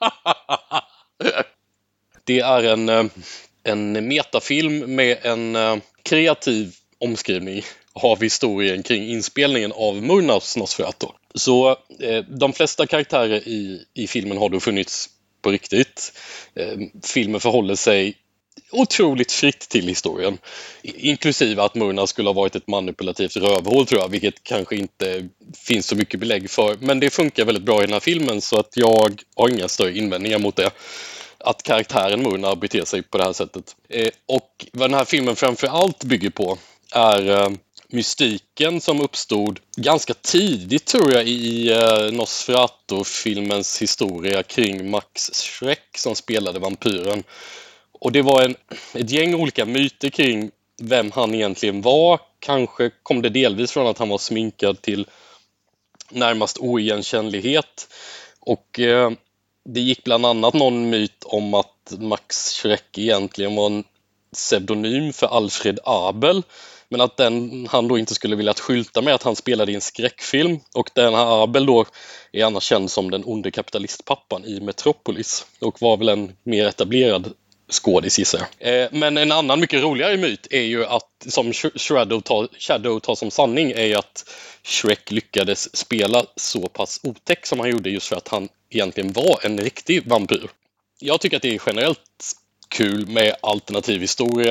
Det är en metafilm med en kreativ omskrivning av historien kring inspelningen av Murnaus Nosferatu. Så de flesta karaktärer i filmen har då funnits på riktigt. Filmen förhåller sig otroligt fritt till historien. Inklusive att Murnau skulle ha varit ett manipulativt rövhål, tror jag, vilket kanske inte finns så mycket belägg för. Men det funkar väldigt bra i den här filmen, så att jag har inga större invändningar mot det. Att karaktären Murnau beter sig på det här sättet. Och vad den här filmen framför allt bygger på är mystiken som uppstod ganska tidigt, tror jag, i Nosferatu-filmens historia kring Max Schreck som spelade vampyren. Och det var ett gäng olika myter kring vem han egentligen var. Kanske kom det delvis från att han var sminkad till närmast oigenkännlighet. Och det gick bland annat någon myt om att Max Schreck egentligen var en pseudonym för Alfred Abel. Men att han då inte skulle vilja skylta med att han spelade i en skräckfilm. Och den här Abel då är annars känd som den onde kapitalistpappan i Metropolis. Och var väl en mer etablerad skådis, gissar jag. Men en annan mycket roligare myt är ju att, som Shadow tar som sanning, är ju att Schreck lyckades spela så pass otäck som han gjorde just för att han egentligen var en riktig vampyr. Jag tycker att det är generellt kul med alternativ historia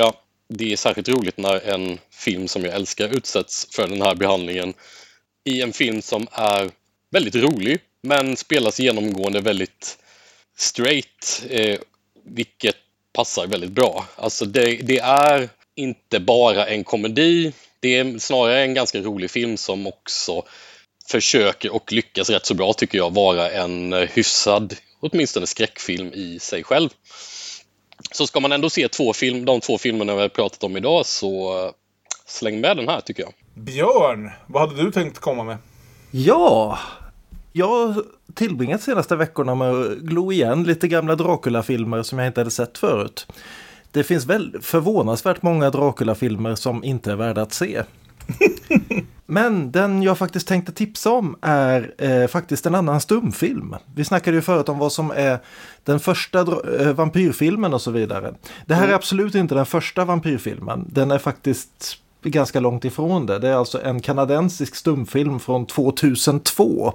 det är särskilt roligt när en film som jag älskar utsätts för den här behandlingen i en film som är väldigt rolig men spelas genomgående väldigt straight, vilket passar väldigt bra. Alltså det är inte bara en komedi, det är snarare en ganska rolig film som också försöker och lyckas rätt så bra tycker jag vara en hyfsad, åtminstone skräckfilm i sig själv. Så ska man ändå se de två filmerna vi har pratat om idag, så släng med den här tycker jag. Björn, vad hade du tänkt komma med? Ja, jag har tillbringat senaste veckorna med att glo igen lite gamla Dracula-filmer som jag inte hade sett förut. Det finns väl förvånansvärt många Dracula-filmer som inte är värda att se. Men den jag faktiskt tänkte tipsa om är faktiskt en annan stumfilm. Vi snackade ju förut om vad som är den första vampyrfilmen och så vidare. Det här är absolut inte den första vampyrfilmen. Den är faktiskt ganska långt ifrån det. Det är alltså en kanadensisk stumfilm från 2002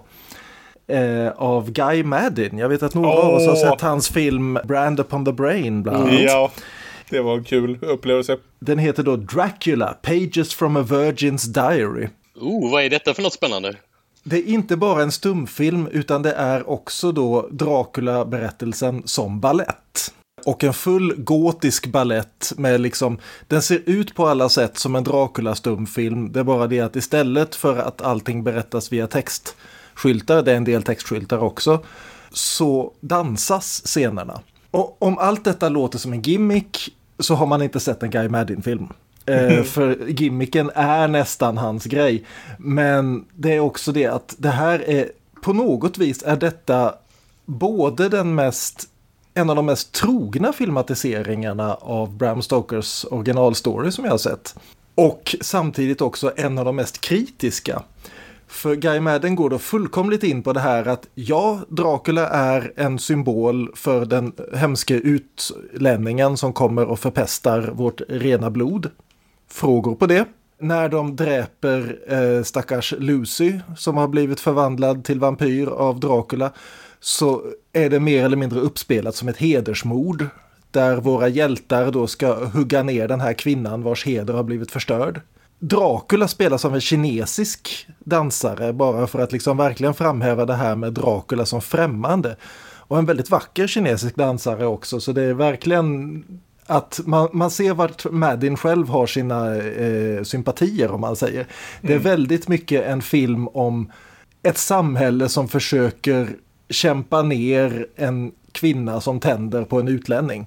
av Guy Maddin. Jag vet att några av oss har sett hans film Brand upon the Brain bland annat. Ja, det var en kul upplevelse. Den heter då Dracula, Pages from a Virgin's Diary. Vad är detta för något spännande? Det är inte bara en stumfilm utan det är också då Dracula-berättelsen som ballett. Och en full gotisk ballett med liksom, den ser ut på alla sätt som en Dracula-stumfilm. Det är bara det att istället för att allting berättas via textskyltar, det är en del textskyltar också, så dansas scenerna. Och om allt detta låter som en gimmick så har man inte sett en Guy Maddin-film. För gimmicken är nästan hans grej. Men det är också det att det här är, på något vis är detta både en av de mest trogna filmatiseringarna av Bram Stokers originalstory som jag har sett. Och samtidigt också en av de mest kritiska. För Guy Maddin går då fullkomligt in på det här att ja, Dracula är en symbol för den hemska utlänningen som kommer och förpestar vårt rena blod. Frågor på det. När de dräper stackars Lucy som har blivit förvandlad till vampyr av Dracula, så är det mer eller mindre uppspelat som ett hedersmord där våra hjältar då ska hugga ner den här kvinnan vars heder har blivit förstörd. Dracula spelas som en kinesisk dansare bara för att liksom verkligen framhäva det här med Dracula som främmande. Och en väldigt vacker kinesisk dansare också, så det är verkligen att man ser vart Maddin själv har sina sympatier om man säger. Det är väldigt mycket en film om ett samhälle som försöker kämpa ner en kvinna som tänder på en utlänning.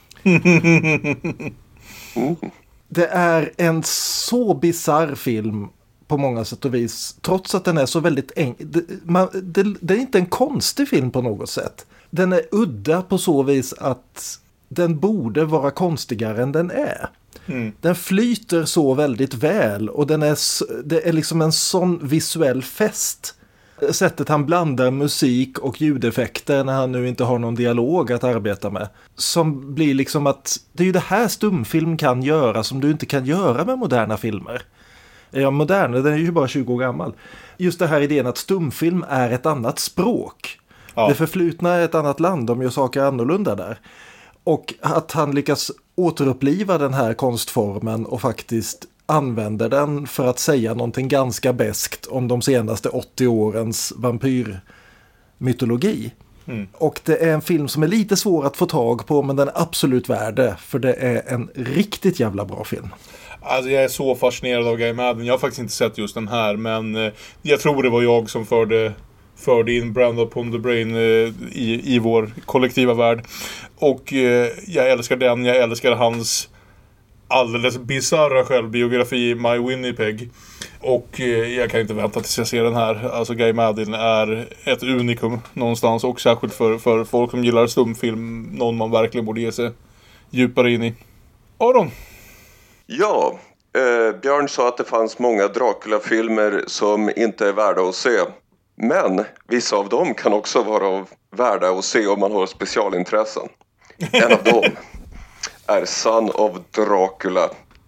Det är en så bizarr film på många sätt och vis. Trots att den är så väldigt det är inte en konstig film på något sätt. Den är udda på så vis att den borde vara konstigare än den är. Den flyter så väldigt väl och det är liksom en sån visuell fest. Sättet han blandar musik och ljudeffekter när han nu inte har någon dialog att arbeta med. Som blir liksom att det är ju det här stumfilm kan göra som du inte kan göra med moderna filmer. Ja, moderna, den är ju bara 20 år gammal. Just det här idén att stumfilm är ett annat språk. Ja. Det förflutna är ett annat land, de gör saker annorlunda där. Och att han lyckas återuppliva den här konstformen och faktiskt använder den för att säga någonting ganska beskt om de senaste 80 årens vampyrmytologi. Och det är en film som är lite svår att få tag på, men den är absolut värd det, för det är en riktigt jävla bra film. Alltså jag är så fascinerad av Guy Maddin. Jag har faktiskt inte sett just den här, men jag tror det var jag som förde in Brand upon the Brain i vår kollektiva värld. Och jag älskar den, jag älskar hans alldeles bizarra självbiografi My Winnipeg. Och jag kan inte vänta tills jag ser den här. Alltså Guy Maddin är ett unikum någonstans, och särskilt för folk som gillar stumfilm, någon man verkligen borde ge sig djupare in i. Aron? Ja, Björn sa att det fanns många Dracula-filmer som inte är värda att se. Men vissa av dem kan också vara värda att se om man har specialintressen. En av dem är Son of Dracula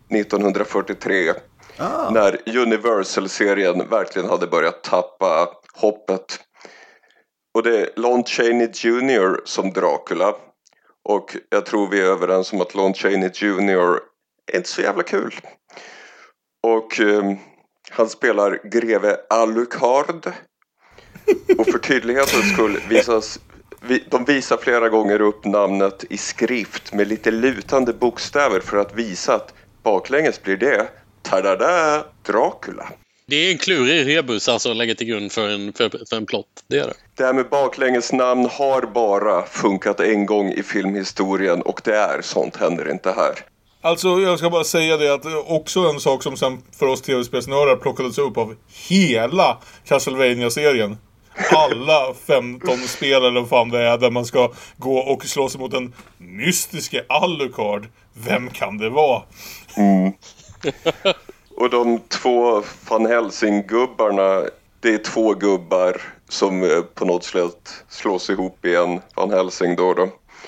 1943. När Universal-serien verkligen hade börjat tappa hoppet. Och det är Lon Chaney Jr. som Dracula. Och jag tror vi är överens om att Lon Chaney Jr. är inte så jävla kul. Och han spelar greve Alucard. Och för tydlighetens skull de visar flera gånger upp namnet i skrift med lite lutande bokstäver för att visa att baklänges blir det tada Dracula. Det är en klurig rebus alltså att lägga till grund för en plott. Det är det. Det här med baklänges namn har bara funkat en gång i filmhistorien och sånt händer inte här. Alltså jag ska bara säga det att också en sak som sen för oss tv-spelsnördar plockades upp av hela Castlevania-serien. Alla 15 spel eller vad fan det är där man ska gå och slåss mot en mystiske Alucard. Vem kan det vara? Och de 2 Van Helsing-gubbarna, det är 2 gubbar som på något sätt slås ihop i en Van Helsing då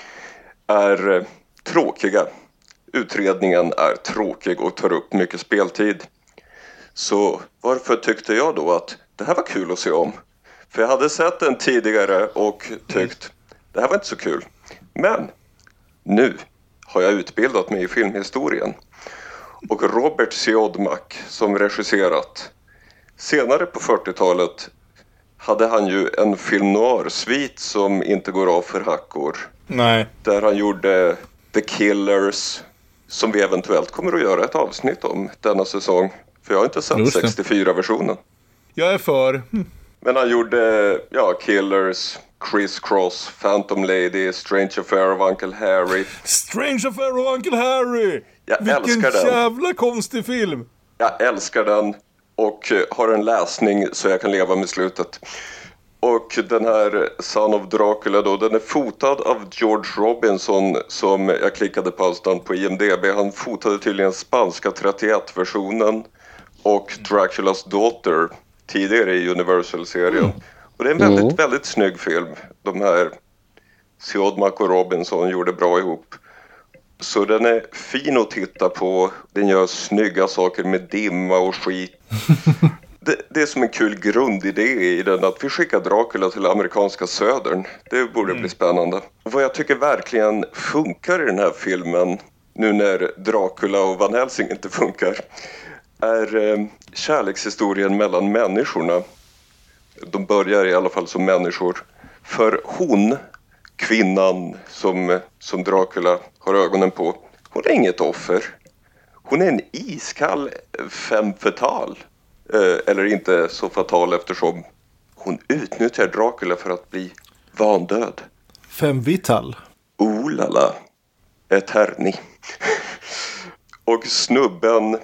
är tråkiga. Utredningen är tråkig och tar upp mycket speltid. Så varför tyckte jag då att det här var kul att se om? För jag hade sett den tidigare och tyckt det här var inte så kul. Men nu har jag utbildat mig i filmhistorien. Och Robert Siodmak som regisserat. Senare på 40-talet hade han ju en film noir-svit som inte går av för hackor. Nej. Där han gjorde The Killers, som vi eventuellt kommer att göra ett avsnitt om denna säsong. För jag har inte sett 64-versionen. Jag är för. Men han gjorde Killers, Criss Cross, Phantom Lady, Strange Affair of Uncle Harry. Strange Affair of Uncle Harry! Jag älskar den. Vilken jävla konstig film! Jag älskar den och har en läsning så jag kan leva med slutet. Och den här Son of Dracula då, den är fotad av George Robinson som jag klickade på avstånd på IMDb. Han fotade tydligen spanska 31-versionen och Draculas Daughter tidigare i Universal-serien. Och det är en väldigt, väldigt snygg film. De här Siodmak och Robinson gjorde bra ihop. Så den är fin att titta på. Den gör snygga saker med dimma och skit. Det är som en kul grundidé i den att vi skickar Dracula till amerikanska södern. Det borde bli spännande. Och vad jag tycker verkligen funkar i den här filmen, nu när Dracula och Van Helsing inte funkar, är kärlekshistorien mellan människorna. De börjar i alla fall som människor. För hon, kvinnan som Dracula har ögonen på, hon är inget offer. Hon är en iskall femme fatale. Eller inte så fatal eftersom hon utnyttjar Dracula för att bli vandöd. Femme vital. Oh lala, eterni. Och snubben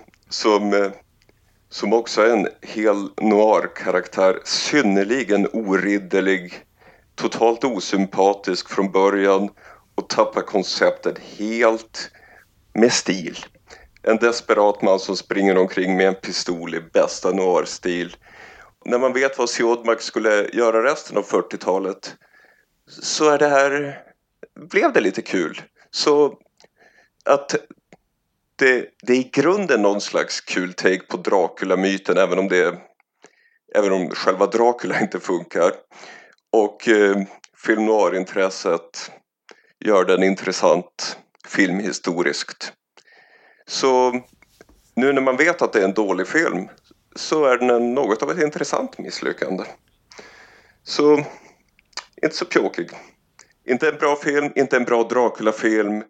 som också är en hel noir-karaktär, synnerligen oridderlig, totalt osympatisk från början och tappar konceptet helt med stil. En desperat man som springer omkring med en pistol i bästa noir-stil. När man vet vad Siodmak skulle göra resten av 40-talet så är det här, blev det lite kul. Så att det är i grunden någon slags kul take på Dracula-myten, även om själva Dracula inte funkar. Och film noir-intresset gör den intressant filmhistoriskt. Så nu när man vet att det är en dålig film så är den något av ett intressant misslyckande. Så inte så pjåkig. Inte en bra film, inte en bra Dracula-film.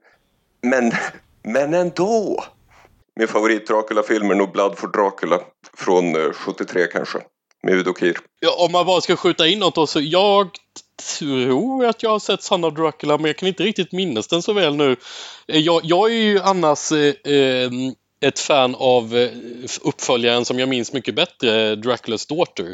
Men ändå. Min favorit Dracula-film är nog Blood for Dracula från 73 kanske. Med Udo Kier. Ja, om man bara ska skjuta in något då, så jag tror att jag har sett Son of Dracula, men jag kan inte riktigt minnas den så väl nu. Jag är ju annars ett fan av uppföljaren som jag minns mycket bättre, Draculas Daughter.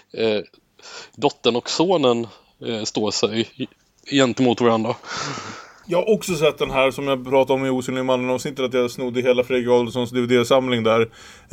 Dottern och sonen står sig gentemot varandra. Jag har också sett den här som jag pratade om i Osynlig mannen avsnittet, att jag snodde hela Fredrik Adolfssons DVD-samling där.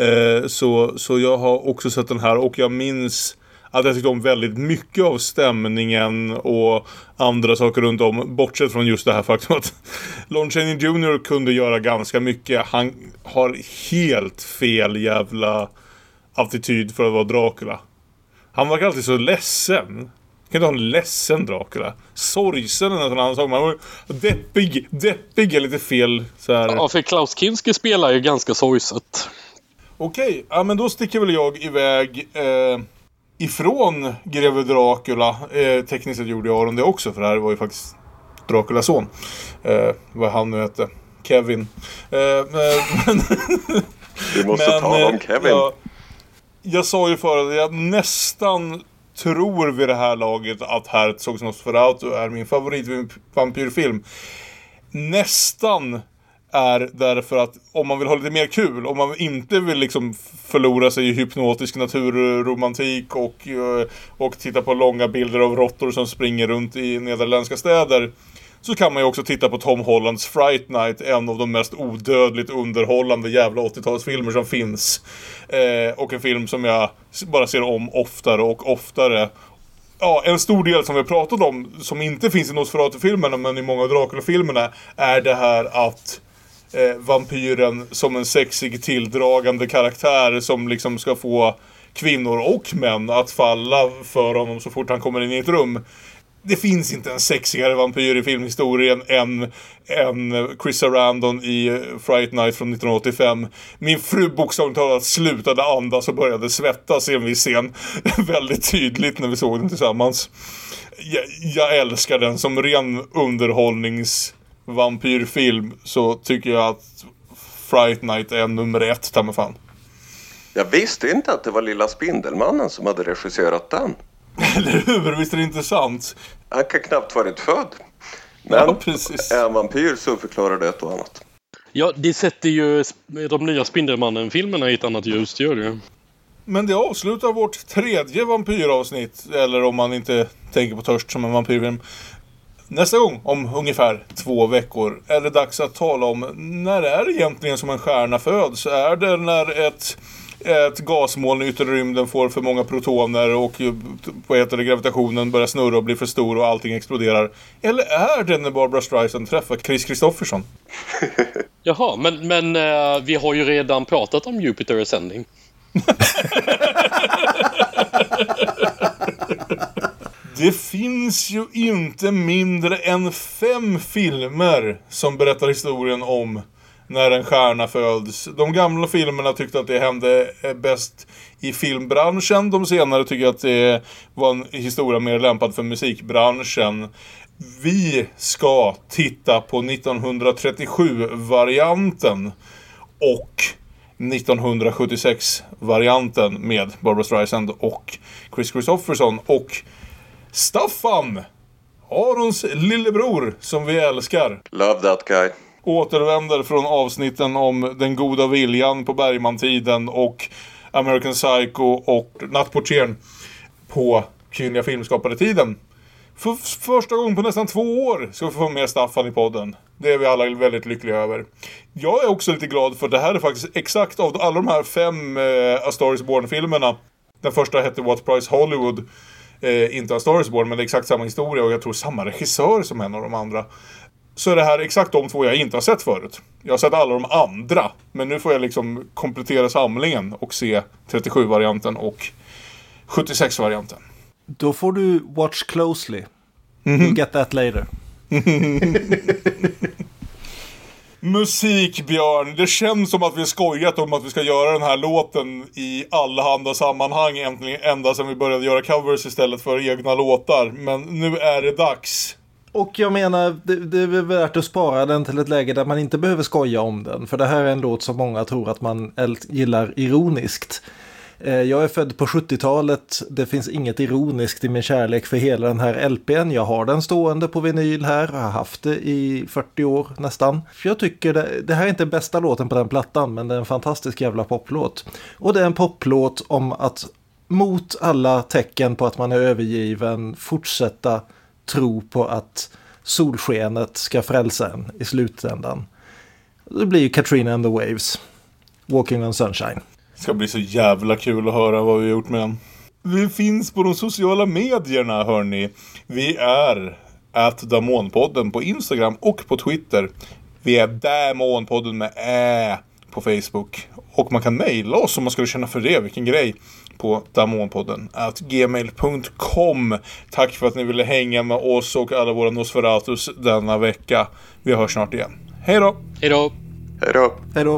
Så jag har också sett den här och jag minns att jag tyckte om väldigt mycket av stämningen och andra saker runt om, bortsett från just det här faktum att Lon Chaney Jr. kunde göra ganska mycket. Han har helt fel jävla attityd för att vara Dracula. Han var alltid så ledsen. kan inte ha en ledsen Dracula. Sorgsen är en annan sak. Man var deppig är lite fel så här. Ja, för Klaus Kinski spelar ju ganska sorgset. Okej, ja men då sticker väl jag iväg ifrån Greve Dracula. Tekniskt sett gjorde jag Aron det också, för det här var ju faktiskt Draculas son. Vad han nu hette. Kevin. Vi måste tala om Kevin. Jag sa ju förut att jag nästan tror vid det här laget att Herzogs Nosferatu är min favoritvampyrfilm. Nästan är därför att om man vill ha lite mer kul, om man inte vill liksom förlora sig i hypnotisk naturromantik och titta på långa bilder av råttor som springer runt i nederländska städer, så kan man ju också titta på Tom Hollands Fright Night, en av de mest odödligt underhållande jävla 80-talsfilmer som finns. Och en film som jag bara ser om oftare och oftare. Ja, en stor del som vi har pratat om, som inte finns i Nosferatu-filmerna men i många av Dracula-filmerna, är det här att vampyren som en sexig tilldragande karaktär som liksom ska få kvinnor och män att falla för honom så fort han kommer in i ett rum. Det finns inte en sexigare vampyr i filmhistorien än Chris Sarandon i Fright Night från 1985. Min fru bokstavligt talat slutade andas och började svettas i en viss scen. Väldigt tydligt när vi såg den tillsammans. Jag älskar den som ren underhållningsvampyrfilm, så tycker jag att Fright Night är nummer 1, ta mig fan. Jag visste inte att det var Lilla Spindelmannen som hade regisserat den. Eller hur? Visst är det intressant? Han kan knappt varit född. Men ja, precis. Är en vampyr så förklarar det ett och annat. Ja, det sätter ju de nya Spindelmannen-filmerna i ett annat ljus, det gör det. Men det avslutar vårt 3:e vampyravsnitt. Eller om man inte tänker på Törst som en vampyrfilm. Nästa gång, om ungefär 2 veckor, är det dags att tala om när är det egentligen som en stjärna föds. Är det när ett gasmoln i yttre rymden får för många protoner och gravitationen börjar snurra och blir för stor och allting exploderar? Eller är det när Barbra Streisand träffar Chris Kristofferson? Jaha, men vi har ju redan pratat om Jupiter Ascending. Det finns ju inte mindre än 5 filmer som berättar historien om när en stjärna föds. De gamla filmerna tyckte att det hände bäst i filmbranschen. De senare tycker att det var en historia mer lämpad för musikbranschen. Vi ska titta på 1937-varianten och 1976-varianten med Barbra Streisand och Chris Kristofferson och Staffan, Arons lillebror som vi älskar. Love that guy. Återvänder från avsnitten om Den goda viljan på Bergman-tiden och American Psycho och Nattportieren på Kvinnliga filmskapare-tiden. För första gången på nästan 2 år ska vi få med Staffan i podden. Det är vi alla väldigt lyckliga över. Jag är också lite glad för det här är faktiskt exakt av alla de här 5 A Star is Born-filmerna. Den första hette What Price Hollywood. Inte A Star is Born, men det är exakt samma historia och jag tror samma regissör som en av de andra. Så är det här exakt de 2 jag inte har sett förut. Jag har sett alla de andra, men nu får jag liksom komplettera samlingen och se 37-varianten och 76-varianten. Då får du watch closely. You'll get that later. Musik, Björn. Det känns som att vi har skojat om att vi ska göra den här låten i allehanda sammanhang ända sedan vi började göra covers istället för egna låtar. Men nu är det dags. Och jag menar, det är värt att spara den till ett läge där man inte behöver skoja om den. För det här är en låt som många tror att man gillar ironiskt. Jag är född på 70-talet. Det finns inget ironiskt i min kärlek för hela den här LPn. Jag har den stående på vinyl här. Jag har haft det i 40 år nästan. För jag tycker det här är inte bästa låten på den plattan, men det är en fantastisk jävla poplåt. Och det är en poplåt om att mot alla tecken på att man är övergiven fortsätta tro på att solskenet ska frälsa en i slutändan. Det blir ju Katrina and the Waves. Walking on Sunshine. Det ska bli så jävla kul att höra vad vi har gjort med den. Vi finns på de sociala medierna, hörni. Vi är @Damonpodden på Instagram och på Twitter. Vi är Damonpodden med på Facebook. Och man kan mejla oss om man skulle känna för det, vilken grej. på damonpodden@gmail.com. Tack för att ni ville hänga med oss och alla våra Nosferatus denna vecka. Vi hörs snart igen. Hej då! Hej då! Hej då! Hej då!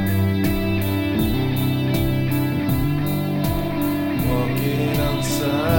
Walking on sunshine.